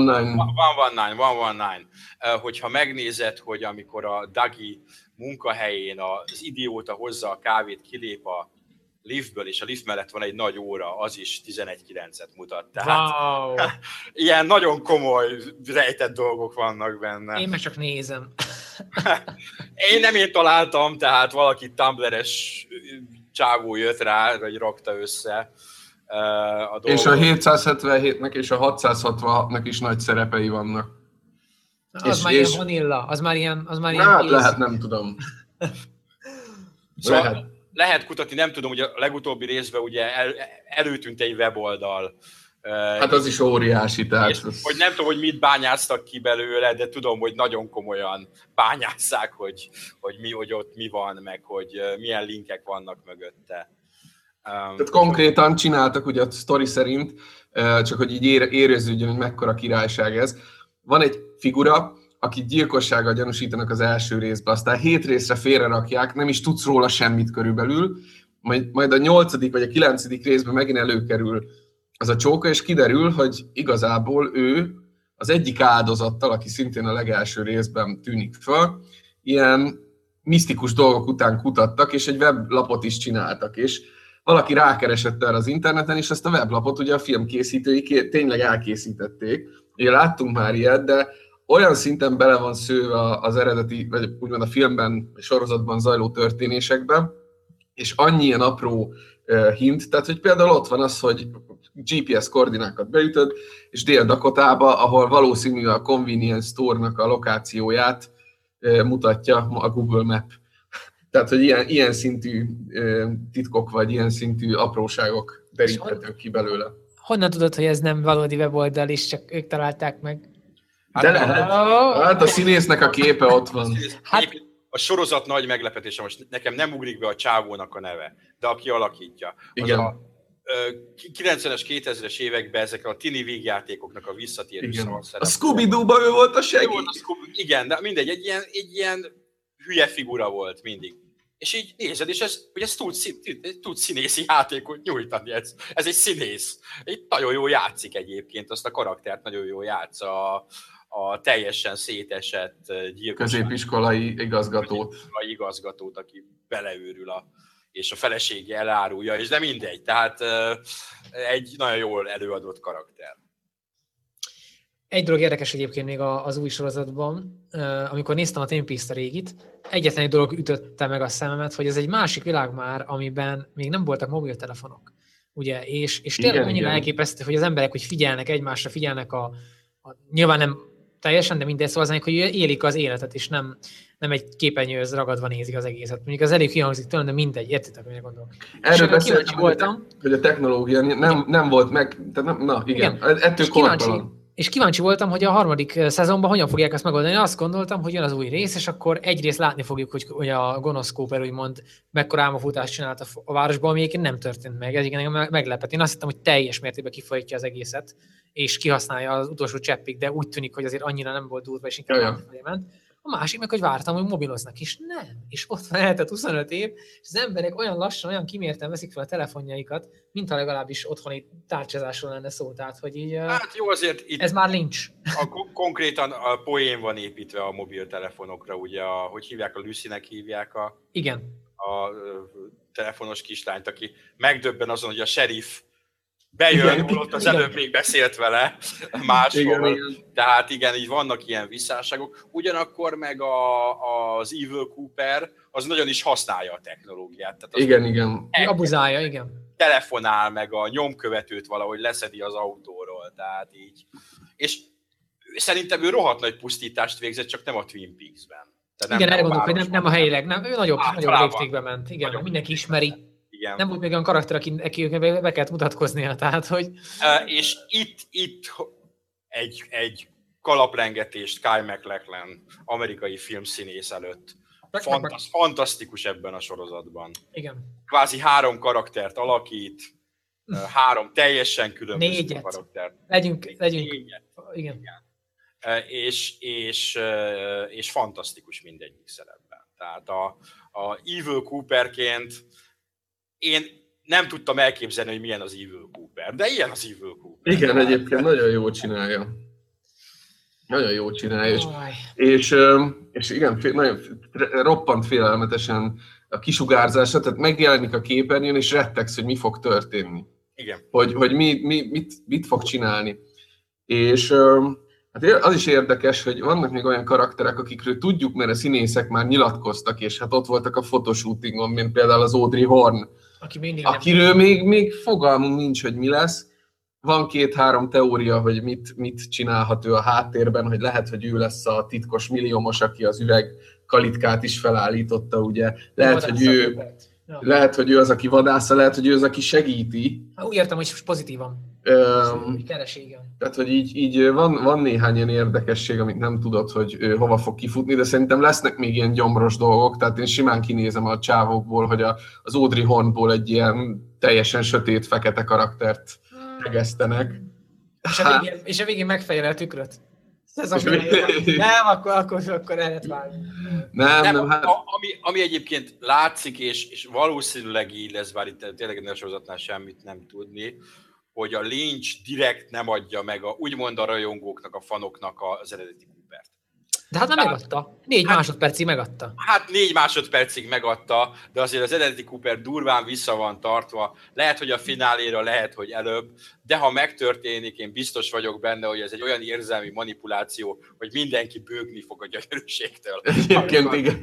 119. Hogyha megnézed, hogy amikor a Dougie munkahelyén az idióta hozza a kávét, kilép a liftből, és a lift mellett van egy nagy óra, az is 11.9-et mutat. Tehát Wow. ilyen nagyon komoly, rejtett dolgok vannak benne. Én meg csak nézem. Én találtam, tehát valaki Tumblr-es csávó jött rá, vagy rakta össze a dolgot. És a 777-nek és a 666-nak is nagy szerepei vannak. Az már ilyen vanilla, az már ilyen hát lehet, nem tudom. Szóval lehet kutatni, nem tudom, hogy a legutóbbi részben ugye előtűnt egy weboldal. Hát az is óriási, tehát... Hogy nem tudom, hogy mit bányáztak ki belőle, de tudom, hogy nagyon komolyan bányásszák, hogy ott mi van, meg hogy milyen linkek vannak mögötte. Tehát konkrétan csináltak ugye a sztori szerint, csak hogy így érezződjön, hogy mekkora királyság ez. Van egy figura, akit gyilkossággal gyanúsítanak az első részben, aztán 7 részre félrerakják, nem is tudsz róla semmit körülbelül, majd a 8. vagy a 9. részben megint előkerül az a csóka, és kiderül, hogy igazából ő az egyik áldozattal, aki szintén a legelső részben tűnik föl, ilyen misztikus dolgok után kutattak, és egy weblapot is csináltak, és valaki rákeresett erre az interneten, és ezt a weblapot ugye a filmkészítői tényleg elkészítették. Ugye láttunk már ilyet, de olyan szinten bele van szőve az eredeti, vagy úgymond a filmben, a sorozatban zajló történésekben, és annyi ilyen apró hint, tehát hogy például ott van az, hogy GPS koordinákat beütöd, és Dél-Dakotába, ahol valószínű a Convenience Store-nak a lokációját mutatja a Google Map. Tehát, hogy ilyen szintű titkok, vagy ilyen szintű apróságok deríthetők ki belőle. Honnan tudod, hogy ez nem valódi weboldal, és csak ők találták meg? De lehet. Hát a színésznek a képe ott van. A sorozat nagy meglepetése, most nekem nem ugrik be a csávónak a neve, de aki alakítja. Igen. Az a 90-es, 2000-es években ezekkel a tini vígjátékoknak a visszatérő szalszerep. A Scooby-Dooba ő volt a segéd. Igen, de mindegy, egy ilyen hülye figura volt mindig. És így nézed, és ez tud színészi játékot nyújtani. Ez egy színész. Itt nagyon jól játszik egyébként, azt a karaktert nagyon jól játsza a teljesen szétesett középiskolai igazgatót, aki beleőrül és a felesége elárulja, és de mindegy. Tehát egy nagyon jól előadott karakter. Egy dolog érdekes egyébként még az új sorozatban, amikor néztem a Twin Peaks-t, a régit, egyetlen egy dolog ütötte meg a szememet, hogy ez egy másik világ már, amiben még nem voltak mobiltelefonok. Ugye? És tényleg annyira elképesztő, hogy az emberek hogy figyelnek egymásra, figyelnek nyilván nem teljesen, de mindegy, szóval hogy élik az életet, és nem egy képernyőhöz ragadva nézik az egészet. Mondjuk az elég kihangzik tőlem, de mindegy, értitek, mire gondolok. Erről beszéltem, hogy a technológia nem volt meg, tehát igen. Ettől kortalan. És kíváncsi voltam, hogy a 3. szezonban hogyan fogják ezt megoldani. Azt gondoltam, hogy jön az új rész, és akkor egyrészt látni fogjuk, hogy a gonosz Cooper úgymond mekkora álmafutást csinált a városban, ami egyébként nem történt meg. Ez igen meglepett. Én azt hittem, hogy teljes mértékben kifolytja az egészet, és kihasználja az utolsó cseppig, de úgy tűnik, hogy azért annyira nem volt durva, és inkább ment. A másik meg, hogy vártam, hogy mobiloznak is. Nem. És ott van eltelt 25 év, és az emberek olyan lassan, olyan kimérten veszik fel a telefonjaikat, mint ha legalábbis otthoni tárcsázásról lenne szó. Tehát, hogy így, hát jó, azért itt ez már lincs. Konkrétan a poén van építve a mobiltelefonokra, ugye, hogy hívják, a Lucy-nek hívják igen. A telefonos kislányt, aki megdöbben azon, hogy a sheriff bejön, ott az előbb még beszélt vele máshol. Tehát igen, így vannak ilyen visszásságok. Ugyanakkor meg az Evil Cooper az nagyon is használja a technológiát. Tehát igen. Abuzálja, igen. Telefonál meg a nyomkövetőt valahogy leszedi az autóról. Tehát így. És szerintem ő rohadt nagy pusztítást végzett, csak nem a Twin Peaks-ben. Igen, erre gondolok, hogy nem a helyileg, nem, ő nagyobb léptékbe ment. Igen, mindenki ismeri. Igen. Nem volt még olyan karakter, aki be kellett mutatkoznia, tehát hogy... És itt egy kalaprengetést Kyle MacLachlan, amerikai filmszínész előtt. Fantasztikus ebben a sorozatban. Igen. Kvázi 3 karaktert alakít, 3 teljesen különböző karaktert. Legyünk. Négyet. Igen. És fantasztikus mindegyik szerepben. Tehát a Evil Cooperként én nem tudtam elképzelni, hogy milyen az Evil Cooper, de ilyen az Evil Cooper. Igen, egyébként nagyon jól csinálja. Nagyon jól csinálja. És igen, nagyon roppant félelmetesen a kisugárzása, tehát megjelenik a képernyőn, és rettegsz, hogy mi fog történni. Igen. Hogy mit fog csinálni. És hát az is érdekes, hogy vannak még olyan karakterek, akikről tudjuk, mert a színészek már nyilatkoztak, és hát ott voltak a fotoshootingon, mint például az Audrey Horne, akiről még fogalmunk nincs, hogy mi lesz. Van 2-3 teória, hogy mit csinálhat ő a háttérben, hogy lehet, hogy ő lesz a titkos milliómos, aki az üvegkalitkát is felállította, ugye. Lehet, hogy ő az, aki vadásza, lehet, hogy ő az, aki segíti. Úgy értem, hogy pozitívan. Kereségen. Tehát, hogy így van néhány ilyen érdekesség, amit nem tudod, hogy hova fog kifutni, de szerintem lesznek még ilyen gyomros dolgok, tehát én simán kinézem a csávokból, hogy az Audrey Horne-ból egy ilyen teljesen sötét, fekete karaktert tegesztenek. És a végén megfejel a tükröt. Nem, akkor el lehet vágni. Nem, hát... ami egyébként látszik, és valószínűleg így lesz, bár itt tényleg a sorozatnál semmit nem tudni, hogy a Lynch direkt nem adja meg úgymond a rajongóknak, a fanoknak az eredeti Coopert. De hát nem megadta. 4 másodpercig megadta. Hát 4 másodpercig megadta, de azért az eredeti Cooper durván vissza van tartva. Lehet, hogy a fináléra, lehet, hogy előbb, de ha megtörténik, én biztos vagyok benne, hogy ez egy olyan érzelmi manipuláció, hogy mindenki bőgni fog a gyönyörűségtől. Egyébként igen.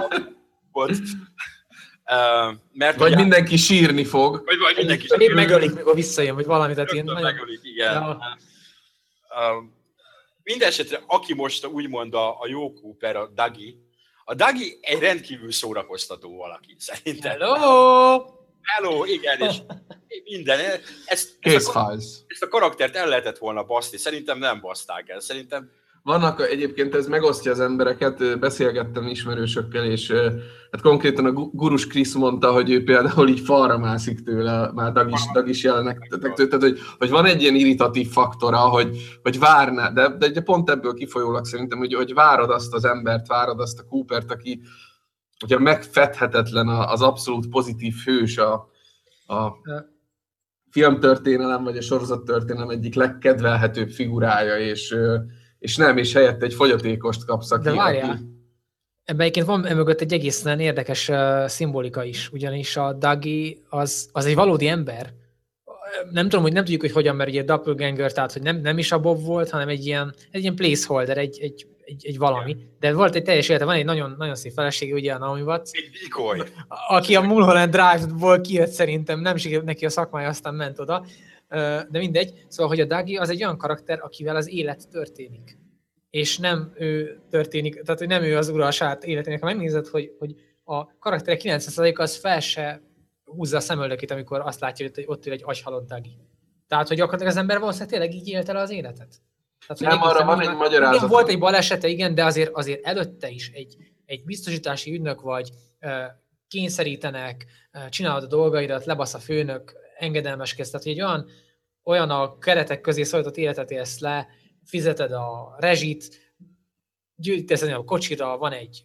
Mert vagy mindenki sírni fog. Vagy mindenki sírni. Épp megölik, mikor visszajön, vagy valami. Megölik, igen. Ja. Mindenesetre, aki most úgymond a jó Cooper, a Dougie egy rendkívül szórakoztató valaki, szerintem. Hello, igen, és minden. Ezt a karaktert el lehetett volna baszni, szerintem nem baszták el, szerintem. Vannak egyébként, ez megosztja az embereket, beszélgettem ismerősökkel, és hát konkrétan a Gurus Krisz mondta, hogy ő például így falra mászik tőle, már Dag is jelennek, tehát hogy van egy ilyen irritatív faktora, hogy várná, de pont ebből kifolyólag szerintem, hogy várod azt az embert, várod azt a Coopert, aki ugye megfedhetetlen, az abszolút pozitív hős a filmtörténelem, vagy a sorozattörténelem egyik legkedvelhetőbb figurája, és helyett egy fogyatékost kapsz, aki... De várjál, ebben egyébként van emögött egy egészen érdekes szimbolika is, ugyanis a Dougie az egy valódi ember. Nem tudjuk, hogy hogyan, mert ugye doppelganger, tehát hogy nem is a Bob volt, hanem egy ilyen placeholder, egy valami. De volt egy teljes élete, van egy nagyon, nagyon szép felesége, ugye a Naomi Watts. Egy decoy. Aki a Mulholland Drive-ból kijött szerintem, nem sikerült neki a szakmája, aztán ment oda. De mindegy. Szóval, hogy a Dougie az egy olyan karakter, akivel az élet történik. És nem ő történik, tehát hogy nem ő az ura a saját életének. Ha megnézed, hogy a karakterek 90%-a az fel se húzza a szemöldökét, amikor azt látja, hogy ott egy agyhalott Dougie. Tehát, hogy gyakorlatilag az ember valószínűleg tényleg így élte le az életet. Tehát, nem, arra van egy magyarázat. Igen, volt egy balesete, igen, de azért előtte is egy biztosítási ügynök vagy, kényszerítenek, csinálod a dolgaidat, lebasz a főnök, engedelmeskedsz, tehát egy olyan a keretek közé szorított életet élsz le, fizeted a rezsit, gyűjtesz a kocsira, van egy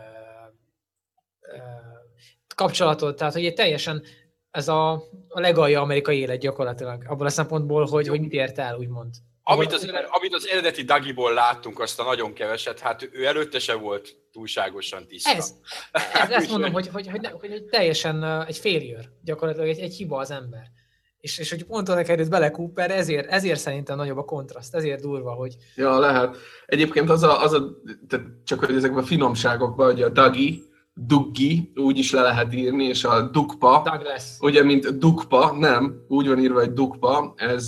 kapcsolatod, tehát hogy teljesen ez a legalja amerikai élet gyakorlatilag, abból a szempontból, hogy mit ért el, úgymond. Amit az eredeti Dougie-ból láttunk, azt a nagyon keveset, hát ő előtte se volt túlságosan tiszta. Ezt mondom, hogy teljesen egy failure, gyakorlatilag egy hiba az ember. És hogy pont oda került bele Cooper, ezért szerintem nagyobb a kontraszt, ezért durva, hogy... Ja, lehet. Egyébként csak hogy ezekben a finomságokban, hogy a Dougie, úgy is le lehet írni, és a Dukpa, Douglas. Ugye, mint Dukpa, nem, úgy van írva, hogy Dukpa, ez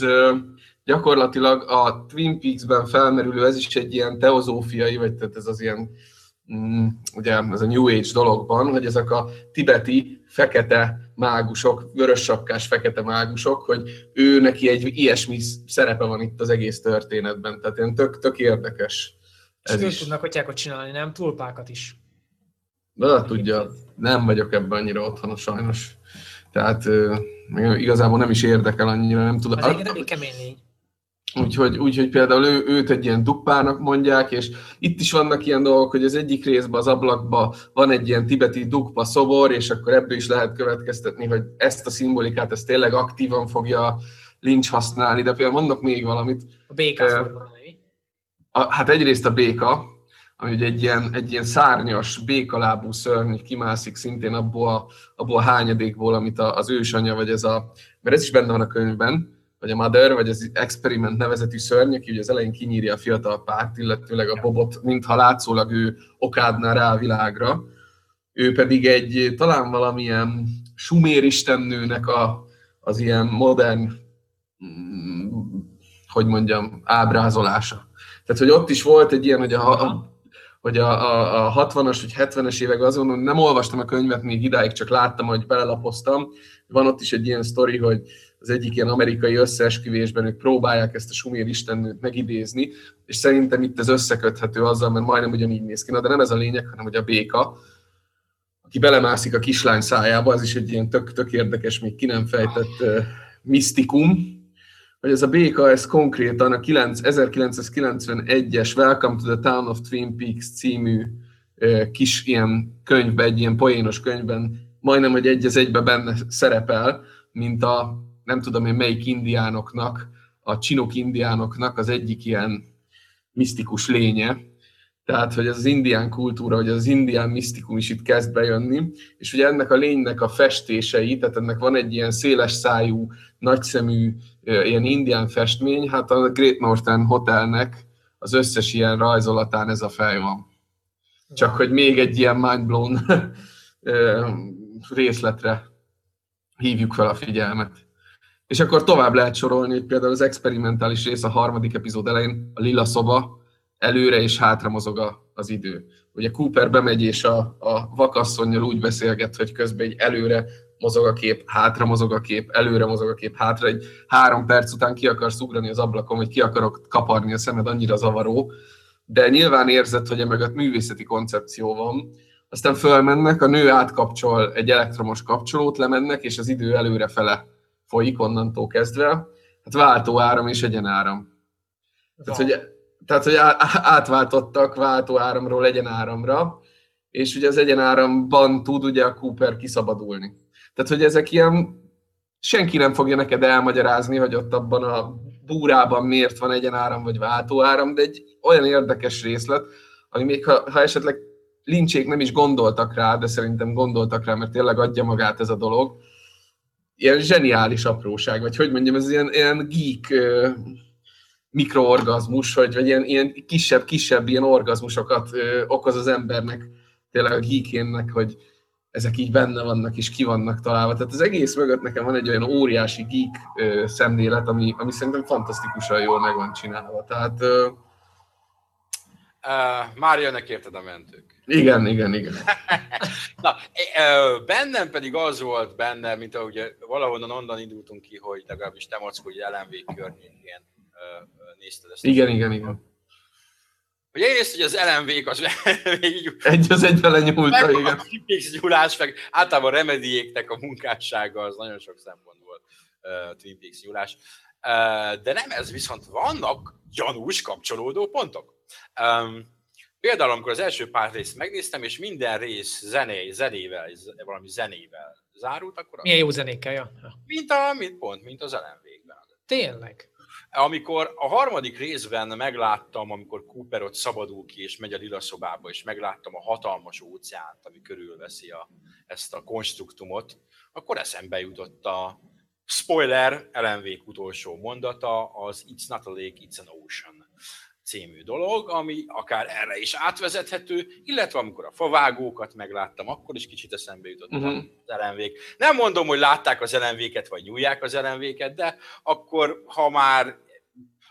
gyakorlatilag a Twin Peaks-ben felmerülő, ez is egy ilyen teozófiai, vagy tehát ez az ilyen ugye ez a New Age dologban, hogy ezek a tibeti fekete mágusok, vörössapkás fekete mágusok, hogy ő neki egy ilyesmi szerepe van itt az egész történetben. Tehát ilyen tök érdekes. És ők tudnak kutyákat csinálni, nem? Tulpákat is. De tudja, nem vagyok ebben annyira otthon, sajnos. Tehát igazából nem is érdekel annyira, nem tudom. Az egy elég kemény lény. Úgyhogy például őt egy ilyen duppának mondják, és itt is vannak ilyen dolgok, hogy az egyik részben az ablakban van egy ilyen tibeti dukpa szobor, és akkor ebből is lehet következtetni, hogy ezt a szimbolikát, ezt tényleg aktívan fogja Lynch használni, de például mondok még valamit. A béka formálni. Hát egyrészt a béka, ami ugye egy ilyen szárnyas, békalábú szörny kimászik szintén abból a hányadékból, amit az ősanya, vagy mert ez is benne van a könyvben, vagy a Mother, vagy az Experiment nevezetű szörny, aki ugye az elején kinyírja a fiatal párt, illetőleg a Bobot, mintha látszólag ő okádná rá a világra. Ő pedig talán valamilyen sumér istennőnek az ilyen modern, hogy mondjam, ábrázolása. Tehát, hogy ott is volt egy ilyen, hogy a 60-as vagy 70-es évek azon, nem olvastam a könyvet még idáig, csak láttam, hogy belelapoztam. Van ott is egy ilyen sztori, hogy az egyik ilyen amerikai összeesküvésben ők próbálják ezt a sumér istennőt megidézni, és szerintem itt ez összeköthető azzal, mert majdnem ugyanígy néz ki. Na, de nem ez a lényeg, hanem hogy a béka, aki belemászik a kislány szájába, az is egy ilyen tök érdekes, még ki nem fejtett misztikum, hogy ez a béka, ez konkrétan a 1991-es Welcome to the Town of Twin Peaks című kis ilyen könyvben, egy ilyen poénos könyvben majdnem, hogy egy az egybe benne szerepel, mint a nem tudom én melyik indiánoknak, a csinok indiánoknak az egyik ilyen misztikus lénye. Tehát, hogy ez az indián kultúra, hogy az indián misztikum is itt kezd bejönni, és ugye ennek a lénynek a festései, tehát ennek van egy ilyen széles szájú, nagyszemű, ilyen indián festmény, hát a Great Northern Hotelnek az összes ilyen rajzolatán ez a fej van. Csak hogy még egy ilyen mindblown részletre hívjuk fel a figyelmet. És akkor tovább lehet sorolni, hogy például az experimentális rész a 3. epizód elején a lila szoba, előre és hátra mozog az idő. Ugye Cooper bemegy, és a vakasszonnyal úgy beszélget, hogy közben egy előre mozog a kép, hátra mozog a kép, előre mozog a kép, hátra. Egy 3 perc után ki akarsz ugrani az ablakon, vagy ki akarok kaparni a szemed, annyira zavaró. De nyilván érzed, hogy emögött művészeti koncepció van. Aztán fölmennek, a nő átkapcsol egy elektromos kapcsolót, lemennek, és az idő előrefele folyik onnantól kezdve. Hát váltóáram és egyenáram. Tehát, hogy átváltottak váltóáramról egyenáramra, és ugye az egyenáramban tud ugye a Cooper kiszabadulni. Tehát, hogy ezek ilyen, senki nem fogja neked elmagyarázni, hogy ott abban a búrában miért van egyenáram vagy váltóáram, de egy olyan érdekes részlet, ami még ha esetleg Lynchék nem is gondoltak rá, de szerintem gondoltak rá, mert tényleg adja magát ez a dolog. Ilyen zseniális apróság, vagy hogy mondjam, ez ilyen geek mikroorgazmus, vagy ilyen kisebb ilyen orgazmusokat okoz az embernek, tényleg a geekénnek, hogy ezek így benne vannak és ki vannak találva. Tehát az egész mögött nekem van egy olyan óriási geek szemlélet, ami szerintem fantasztikusan jól meg van csinálva. Tehát... Már jönnek érted a mentők. Igen. Na, bennem pedig az volt benne, mint ahogy valahonnan onnan indultunk ki, hogy legalábbis te, Mackó, hogy LMV környékén nézted ezt. Igen. Hogy egyrészt, hogy az LMV-k az így... Egy az egybe lenyúlta, igen. A Twin Peaks nyúlás, meg általában a Remediéknek a munkássága az nagyon sok szempontból Twin Peaks nyúlás. De nem ez, viszont vannak gyanús kapcsolódó pontok. Például, amikor az első pár részt megnéztem, és minden rész valami zenével zárult, akkor... Milyen jó zenékkel, ja. Mint az LMV-kben. Tényleg? Amikor a 3. részben megláttam, amikor Cooper ott szabadul ki, és megy a lila szobába, és megláttam a hatalmas óceánt, ami körülveszi ezt a konstruktumot, akkor eszembe jutott a spoiler, LMV utolsó mondata, az It's not a lake, it's an ocean című dolog, ami akár erre is átvezethető, illetve amikor a favágókat megláttam, akkor is kicsit eszembe jutott az LMV-k. Nem mondom, hogy látták az LMV-ket, vagy nyúlják az LMV-ket, de akkor, ha már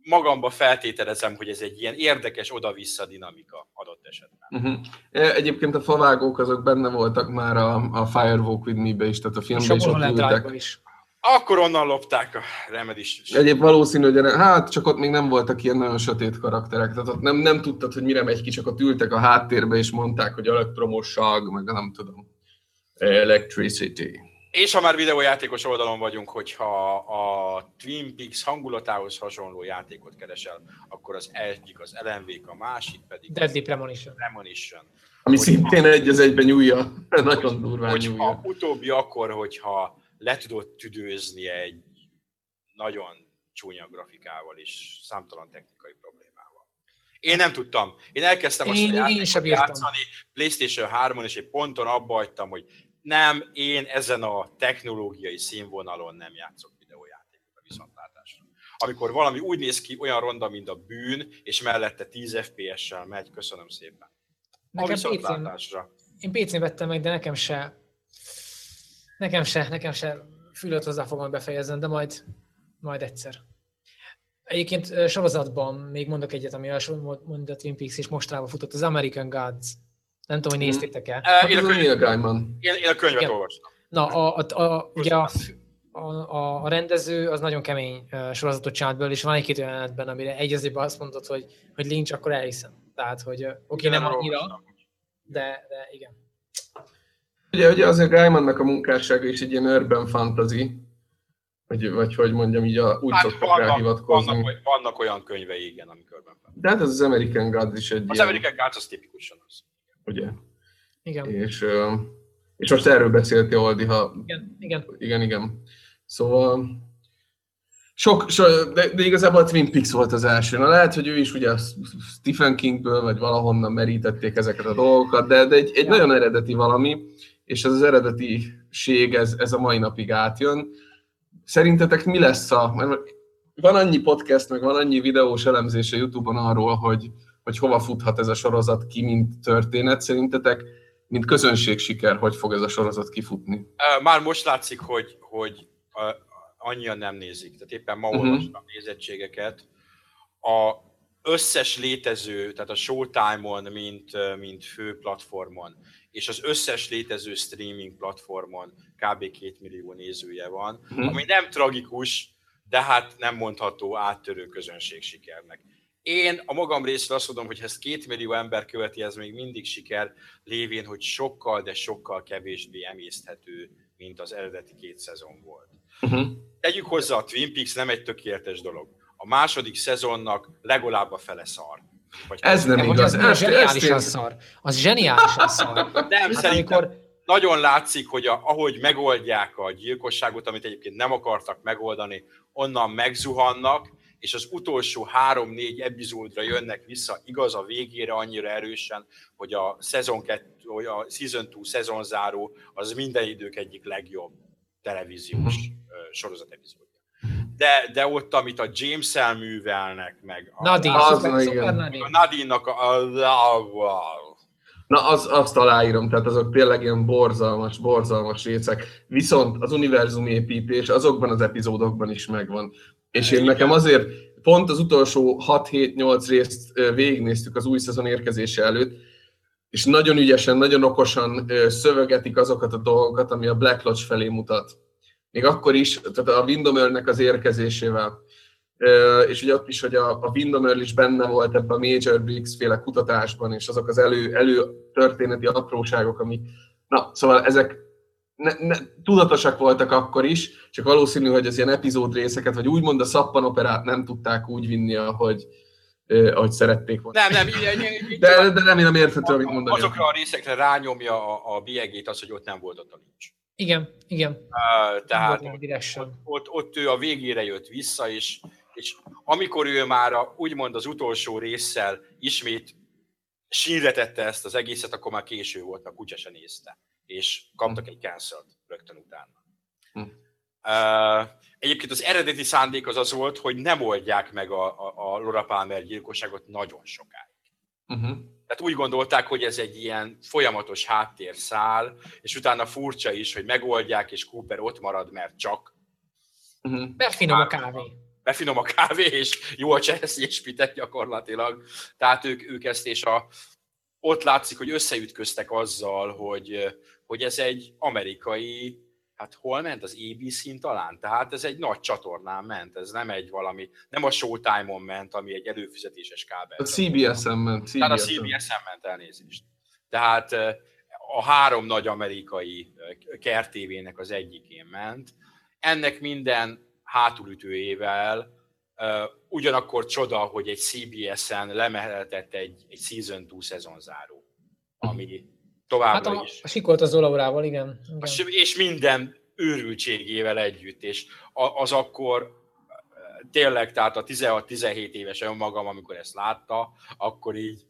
magamba feltételezem, hogy ez egy ilyen érdekes oda-vissza dinamika adott esetben. Egyébként a favágók azok benne voltak már a Firewalk With Me-be is, tehát a filmben is ott ültek. Is. Akkor onnan lopták a Remedy-s. Egyéb valószínű, hogy csak ott még nem voltak ilyen nagyon sötét karakterek, tehát ott nem tudtad, hogy mire megy ki, csak ott ültek a háttérbe és mondták, hogy elektromosság, meg nem tudom, electricity. És ha már videójátékos oldalon vagyunk, hogyha a Twin Peaks hangulatához hasonló játékot keresel, akkor az egyik az LMV, a másik pedig Deadly Premonition. Ami szintén egy az egyben nyúlja, nagyon durván nyúlja. A utóbbi akkor, hogyha le tudod tüdőzni egy nagyon csúnya grafikával és számtalan technikai problémával. Én nem tudtam. Én elkezdtem azt a játékot játszani PlayStation 3-on, és egy ponton abba hagytam, hogy nem, én ezen a technológiai színvonalon nem játszok videójátékot viszontlátásra. Amikor valami úgy néz ki, olyan ronda, mint a bűn, és mellette 10 FPS-sel megy, köszönöm szépen. A viszontlátásra. Én PC-n vettem meg, de nekem se fülöt hozzá fogom befejezni, de majd egyszer. Egyébként sorozatban még mondok egyet, ami mondott a Twin Peaks, és mostanában futott, az American Gods. Nem tudom, hogy néztétek el. Én a könyvet olvastam. Na, ugye a rendező az nagyon kemény sorozatot csinált belőle, és van egy-két olyan jelenetben, amire egy azért azt mondod, hogy Lynch, akkor elhiszem. Tehát, hogy oké, nem annyira, de igen. Ugye azért Gaimannak a munkássága is egy ilyen urban fantasy, vagy hogy mondjam, így úgy szoktak rá hivatkozni. Vannak olyan könyvei, igen, amik urban fantasy. De hát ez az American Gods is egy az ilyen... American Gods az tipikusan az. Ugye? Igen. És most erről beszéltél, Oldi, ha... Igen. Szóval... De igazából a Twin Peaks volt az első. Na lehet, hogy ő is ugye Stephen Kingből, vagy valahonnan merítették ezeket a dolgokat, de egy nagyon eredeti valami, és ez az eredetiség, ez a mai napig átjön. Szerintetek mi lesz van annyi podcast, meg van annyi videós elemzés a YouTube-on arról, hogy hova futhat ez a sorozat ki, mint történet. Szerintetek, mint közönség siker, hogy fog ez a sorozat kifutni? Már most látszik, hogy annyian nem nézik. Tehát éppen ma olvastam nézettségeket. A összes létező, tehát a Showtime-on, mint fő platformon, és az összes létező streaming platformon kb. 2 millió nézője van, ami nem tragikus, de hát nem mondható áttörő közönségsikernek. Én a magam részről azt mondom, hogy ha ezt 2 millió ember követi, ez még mindig siker, lévén, hogy sokkal, de sokkal kevésbé emészthető, mint az eredeti 2 szezon volt. Tegyük hozzá, a Twin Peaks nem egy tökéletes dolog. A második szezonnak legalább a fele szar. Ez nem igaz. Az zseniálisan szar. Az zseniálisan szar. Nem, szerintem nagyon látszik, hogy ahogy megoldják a gyilkosságot, amit egyébként nem akartak megoldani, onnan megzuhannak, és az utolsó 3-4 epizódra jönnek vissza, igaz, a végére annyira erősen, hogy a Season 2 szezonzáró az minden idők egyik legjobb televíziós sorozat epizódja. De ott, amit a James-el művelnek, meg a Nadine-nak Na, azt aláírom, tehát azok tényleg ilyen borzalmas részek. Viszont az univerzumépítés azokban az epizódokban is megvan. És én nekem azért pont az utolsó 6-7-8 részt végignéztük az új szezon érkezése előtt, és nagyon ügyesen, nagyon okosan szövegetik azokat a dolgokat, ami a Black Lodge felé mutat. Még akkor is, tehát a Windermere-nek az érkezésével. És ugye ott is, hogy a Windermere is benne volt ebben a Major Briggs féle kutatásban, és azok az történeti apróságok, amik... Na, szóval ezek tudatosak voltak akkor is, csak valószínű, hogy az ilyen epizód részeket, vagy úgymond a szappanoperát nem tudták úgy vinni, ahogy szerették volna. Nem. De remélem érthető, amit mondani. Azokra a részekre rányomja a bélyegét az, hogy ott nem volt ott a Lynch. Igen. Tehát ott ő a végére jött vissza, és amikor ő már úgymond az utolsó résszel ismét sínre tette ezt az egészet, akkor már késő volt, a kutya se nézte. És kaptak egy cancelt rögtön utána. Egyébként az eredeti szándék az volt, hogy nem oldják meg a Laura Palmer gyilkosságot nagyon sokáig. Tehát úgy gondolták, hogy ez egy ilyen folyamatos háttérszál, és utána furcsa is, hogy megoldják, és Cooper ott marad, mert csak. Mert finom a kávé. befinom a kávé, és jó a cseresznyés gyakorlatilag. Tehát ők ezt, és ott látszik, hogy összeütköztek azzal, hogy ez egy amerikai, hát hol ment? Az ABC-n talán? Tehát ez egy nagy csatornán ment, ez nem egy valami, nem a Showtime-on ment, ami egy előfizetéses kábel. A CBS-en ment. Tehát a CBS-en ment, elnézést. Tehát a 3 nagy amerikai kertévének az egyikén ment. Ennek minden hátulütőjével ugyanakkor csoda, hogy egy CBS-en lemehetett egy Season 2 szezonzáró, ami továbbra Hát is. a sikolt az Olaurával, igen. És minden őrültségével együtt, és az akkor tényleg, tehát a 16-17 éves önmagam, amikor ezt látta, akkor így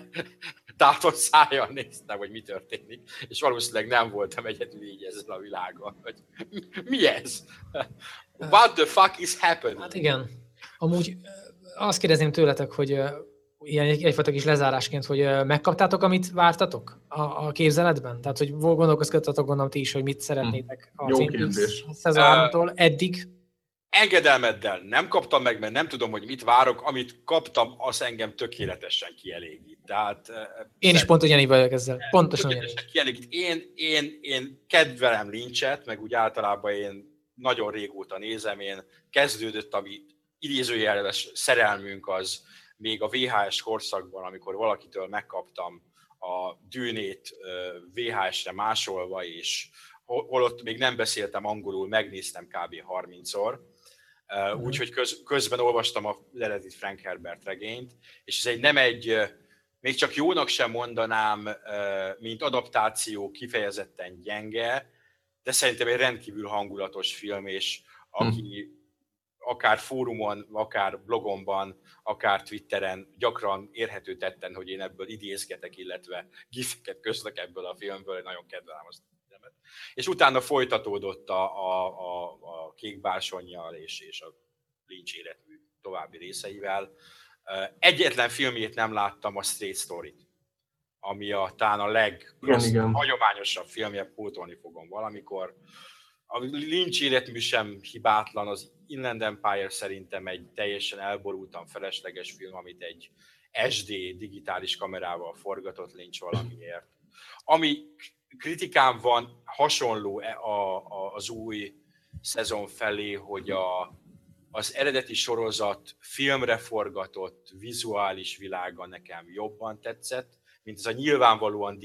tátott szájjal néztem, hogy mi történik, és valószínűleg nem voltam egyedül így ezzel a világon, hogy mi ez? What the fuck is happening? Hát igen. Amúgy azt kérdezném tőletek, hogy ilyen egyfajta kis lezárásként, hogy megkaptátok, amit vártatok a képzeletben? Tehát, hogy gondolkoztatok, gondolom ti is, hogy mit szeretnétek a Jó kérdés. szezon 3-tól eddig? Engedelmeddel nem kaptam meg, mert nem tudom, hogy mit várok. Amit kaptam, az engem tökéletesen kielégít. Tehát, én is pont ugyanígy vagyok ezzel. Pontosan tökéletesen kielégít. Én kedvelem Lynchet, meg úgy általában én nagyon régóta nézem. Én kezdődött, ami idézőjeles szerelmünk az még a VHS korszakban, amikor valakitől megkaptam a Dűnét VHS-re másolva, és holott még nem beszéltem angolul, megnéztem kb. 30-szor. Úgyhogy közben olvastam a eredeti Frank Herbert regényt, és ez nem egy, még csak jónak sem mondanám, mint adaptáció kifejezetten gyenge, de szerintem egy rendkívül hangulatos film, és aki akár fórumon, akár blogomban, akár Twitteren gyakran érhető tetten, hogy én ebből idézgetek, illetve gifeket közlök ebből a filmből, nagyon kedvelem azt. És utána folytatódott a Kék bársonnyal és a Lynch életmű további részeivel. Egyetlen filmjét nem láttam, a Straight Story-t, ami talán a leghagyományosabb filmje, pótolni fogom valamikor. A Lynch életmű sem hibátlan, az Inland Empire szerintem egy teljesen elborultan felesleges film, amit egy SD digitális kamerával forgatott Lynch valamiért. Ami kritikám van hasonló az új szezon felé, hogy az eredeti sorozat filmre forgatott vizuális világa nekem jobban tetszett, mint ez a nyilvánvalóan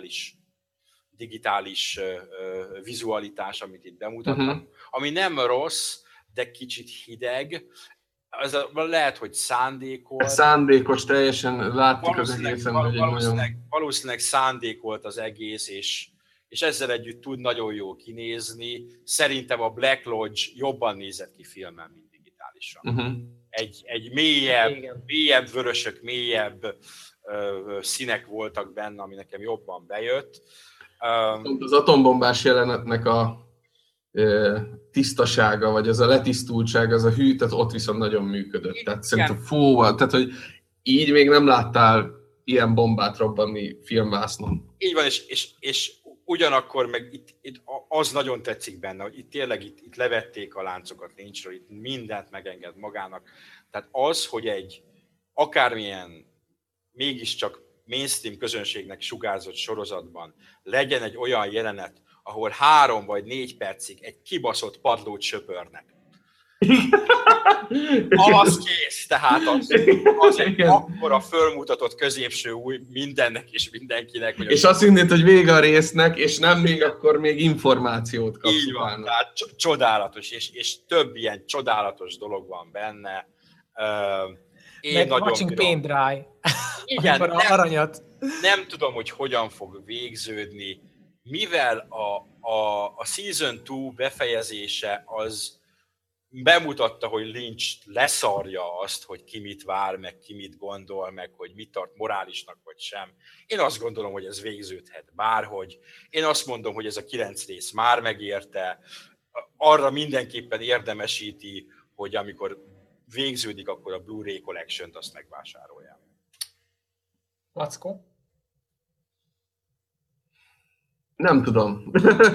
digitális vizualitás, amit itt bemutatnak, ami nem rossz, de kicsit hideg. Ez lehet, hogy szándékolt. Szándékos, teljesen látszik az egészen, hogy valószínűleg szándékolt az egész, és ezzel együtt tud nagyon jól kinézni. Szerintem a Black Lodge jobban nézett ki filmen, mint digitálisan. Egy mélyebb vörösök, mélyebb színek voltak benne, ami nekem jobban bejött. Az atombombás jelenetnek a tisztasága, vagy az a letisztultság, az a hű, tehát ott viszont nagyon működött. Tehát szerintem tehát hogy így még nem láttál ilyen bombát robbanni filmvásznon. Így van, és ugyanakkor meg itt az nagyon tetszik benne, hogy itt tényleg itt levették a láncokat Lynchről, itt mindent megenged magának. Tehát az, hogy egy akármilyen mégiscsak mainstream közönségnek sugárzott sorozatban legyen egy olyan jelenet, ahol 3 vagy 4 percig egy kibaszott padlót söpörnek. Az kész, tehát az egy akkora fölmutatott középső új mindennek és mindenkinek. Hogy és azt hinnéd, hogy vége a résznek, és nem még akkor még információt kapsz. Így van, tehát csodálatos, és több ilyen csodálatos dolog van benne. Meg watching paint dry. Igen, aranyat. Nem tudom, hogy hogyan fog végződni, mivel a Season 2 befejezése az bemutatta, hogy Lynch leszarja azt, hogy ki mit vár, meg ki mit gondol, meg hogy mit tart morálisnak, vagy sem. Én azt gondolom, hogy ez végződhet bárhogy. Én azt mondom, hogy ez a 9 rész már megérte. Arra mindenképpen érdemesíti, hogy amikor végződik, akkor a Blu-ray Collection-t azt megvásárolják. Lackó? Nem tudom.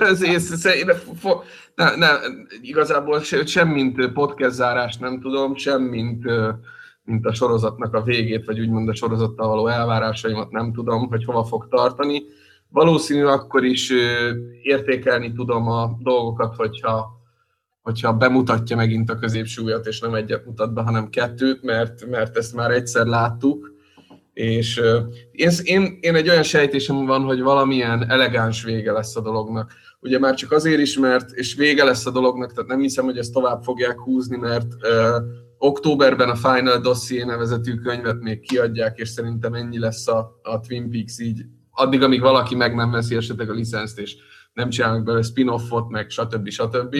Igazából sem mint podcast zárást nem tudom, sem mint a sorozatnak a végét, vagy úgymond a sorozattal való elvárásaimat nem tudom, hogy hova fog tartani. Valószínű akkor is értékelni tudom a dolgokat, hogyha bemutatja megint a középsúlyat, és nem egyet mutat be, hanem kettőt, mert ezt már egyszer láttuk. És én egy olyan sejtésem van, hogy valamilyen elegáns vége lesz a dolognak. Ugye már csak azért is, és vége lesz a dolognak, tehát nem hiszem, hogy ezt tovább fogják húzni, mert októberben a Final Dossier nevezetű könyvet még kiadják, és szerintem ennyi lesz a Twin Peaks így, addig, amíg valaki meg nem veszi esetleg a licenszt, és nem csinálnak belőle spin-offot, meg stb.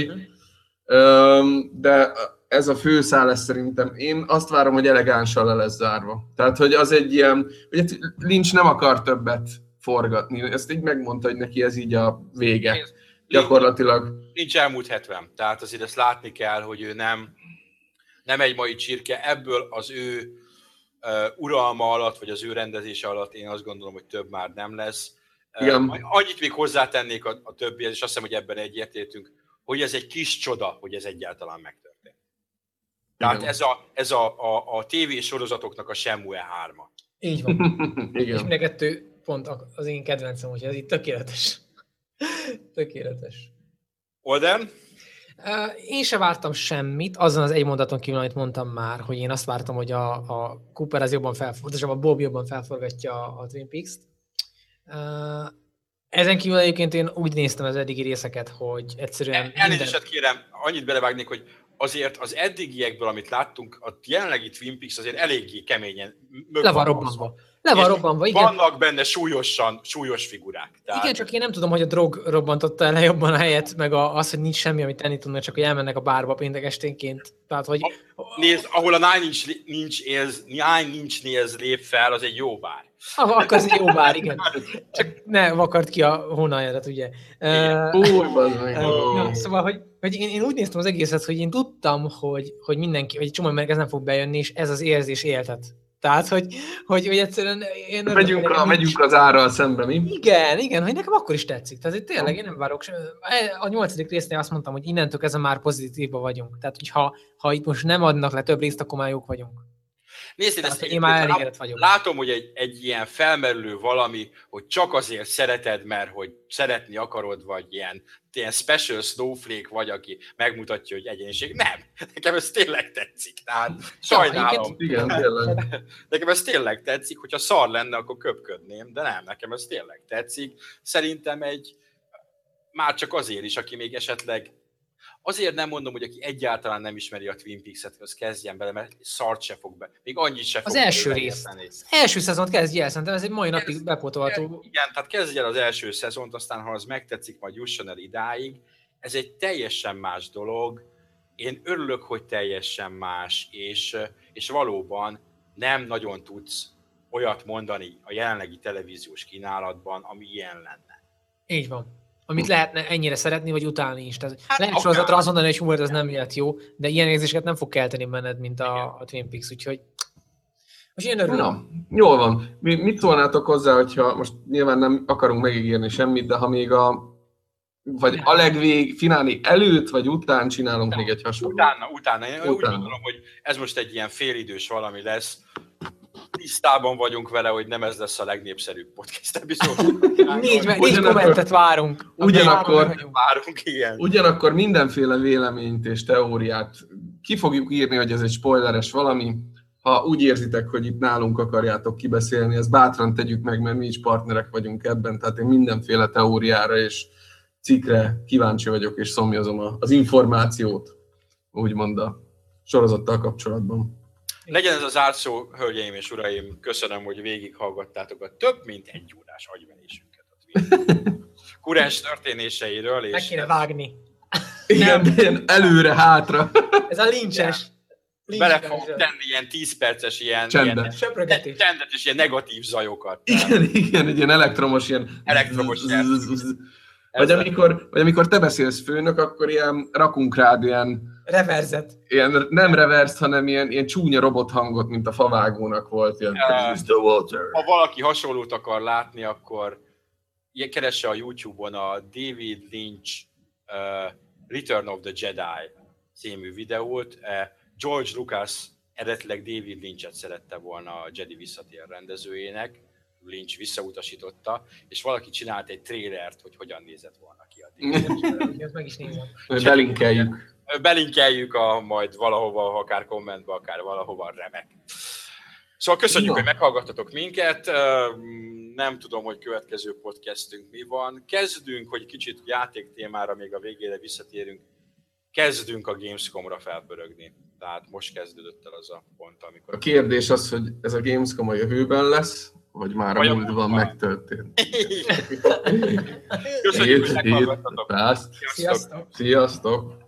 De ez a főszál lesz szerintem. Én azt várom, hogy elegánsan le lesz zárva. Tehát, hogy az egy ilyen... Ugye Lynch nem akar többet forgatni. Ezt így megmondta, hogy neki ez így a vége. Gyakorlatilag. Nincs elmúlt 70. Tehát azért ezt látni kell, hogy ő nem egy mai csirke. Ebből az ő uralma alatt, vagy az ő rendezése alatt én azt gondolom, hogy több már nem lesz. Annyit még hozzátennék a többihez, és azt hiszem, hogy ebben egyetértünk, hogy ez egy kis csoda, hogy ez egyáltalán megtörtént. Tehát ez a tévésorozatoknak a Shenmue 3-a. Így van. És mind a kettő pont az én kedvencem, hogy ez itt tökéletes. Tökéletes. Olden? Én se vártam semmit, azon az egy mondaton kívül, amit mondtam már, hogy én azt vártam, hogy a Cooper az jobban a Bob jobban felforgatja a Twin Peaks-t. Ezen kívül egyébként én úgy néztem az eddigi részeket, hogy egyszerűen... Elnézést kérem, annyit belevágnék, hogy azért az eddigiekből, amit láttunk, a jelenlegi Twin Peaks azért eléggé keményen le van robbanva. Igen. Vannak benne súlyos figurák. Tehát... Igen, csak én nem tudom, hogy a drog robbantotta el jobban a helyet, meg az, hogy nincs semmi, amit tenni tudnak, csak hogy elmennek a bárba péntek esténként. Tehát, hogy... Nézd, ahol a Nine Inch Nails lép fel, az egy jó bár. Akkor az egy jó bár, igen. Csak ne vakart ki a hónaljadat, ugye. Szóval, hogy én úgy néztem az egészet, hogy én tudtam, hogy mindenki, hogy csomó meg ez nem fog bejönni, és ez az érzés éltet. Tehát, hogy egyszerűen... Megyünk az árral szembe, mi? Igen, hogy nekem akkor is tetszik. Tehát tényleg én nem várok. A 8. résznél azt mondtam, hogy innentől kezdve már pozitívban vagyunk. Tehát, hogy ha itt most nem adnak le több részt, akkor már jók vagyunk. Nézd, én már elégedett vagyok. Látom, hogy egy ilyen felmerülő valami, hogy csak azért szereted, mert hogy szeretni akarod, vagy ilyen special snowflake vagy, aki megmutatja, hogy egyéniség. Nem! Nekem ez tényleg tetszik. Tehát sajnálom. Igen, tényleg. Nekem ez tényleg tetszik, hogyha szar lenne, akkor köpködném, de nem, nekem ez tényleg tetszik. Szerintem már csak azért is, aki még esetleg azért nem mondom, hogy aki egyáltalán nem ismeri a Twin Peaks-et, az kezdjen bele, mert szart se fog be. Még annyit se fog. Az első rész. Az első szezont kezdj el, szerintem ez egy mai napig bepótolható. Igen, tehát kezdj el az első szezont, aztán ha az megtetszik, majd jusson el idáig. Ez egy teljesen más dolog. Én örülök, hogy teljesen más, és valóban nem nagyon tudsz olyat mondani a jelenlegi televíziós kínálatban, ami ilyen lenne. Így van. Amit lehetne ennyire szeretni, vagy utálni is. Tehát lehet sorozatra azt mondani, hogy humor, ez nem jött jó, de ilyen érzéseket nem fog kelteni benned, mint a Twin Peaks, úgyhogy most én örülök. Na, jól van. Mit szólnátok hozzá, hogyha most nyilván nem akarunk megígérni semmit, de ha még vagy a finálé előtt, vagy után csinálunk még egy hasonlót? Utána. Én úgy gondolom, hogy ez most egy ilyen félidős valami lesz. Tisztában vagyunk vele, hogy nem ez lesz a legnépszerűbb podcast epizód. Négy kommentet várunk. Ugyanakkor mindenféle véleményt és teóriát ki fogjuk írni, hogy ez egy spoileres valami. Ha úgy érzitek, hogy itt nálunk akarjátok kibeszélni, ezt bátran tegyük meg, mert mi is partnerek vagyunk ebben, tehát én mindenféle teóriára és cikkre kíváncsi vagyok, és szomjazom az információt, úgymond a sorozattal kapcsolatban. Legyen ez az átszó, hölgyeim és uraim, köszönöm, hogy végighallgattátok a több mint egy órás agyverésünket a kurens történéseiről. Meg kéne vágni. Igen, előre-hátra. Ez a lincses. Bele fogok tenni ilyen 10 perces ilyen csendet és ilyen negatív zajokat. Igen, egy ilyen elektromos Vagy amikor te beszélsz főnök, akkor ilyen rakunk rád ilyen... Reverzet. Ilyen, nem reverzt, hanem ilyen csúnya robothangot, mint a favágónak volt. Ilyen, ha valaki hasonlót akar látni, akkor keresse a YouTube-on a David Lynch Return of the Jedi című videót. George Lucas eredetileg David Lynch-et szerette volna a Jedi visszatér rendezőjének, Lynch visszautasította, és valaki csinált egy trailert, hogy hogyan nézett volna ki a David. Ezt meg is nézem. Belinkeljük. Belinkeljük majd valahova, akár kommentbe, akár valahova, remek. Szóval köszönjük, hogy meghallgattatok minket. Nem tudom, hogy következő podcastünk mi van. Kezdünk, hogy kicsit játéktémára még a végére visszatérünk. Kezdünk a Gamescomra felpörögni. Tehát most kezdődött el az a pont, amikor... A kérdés az, hogy ez a Gamescom a jövőben lesz, vagy már a múltban megtörtént. Köszönjük, hogy meghallgattatok. Sziasztok! Sziasztok!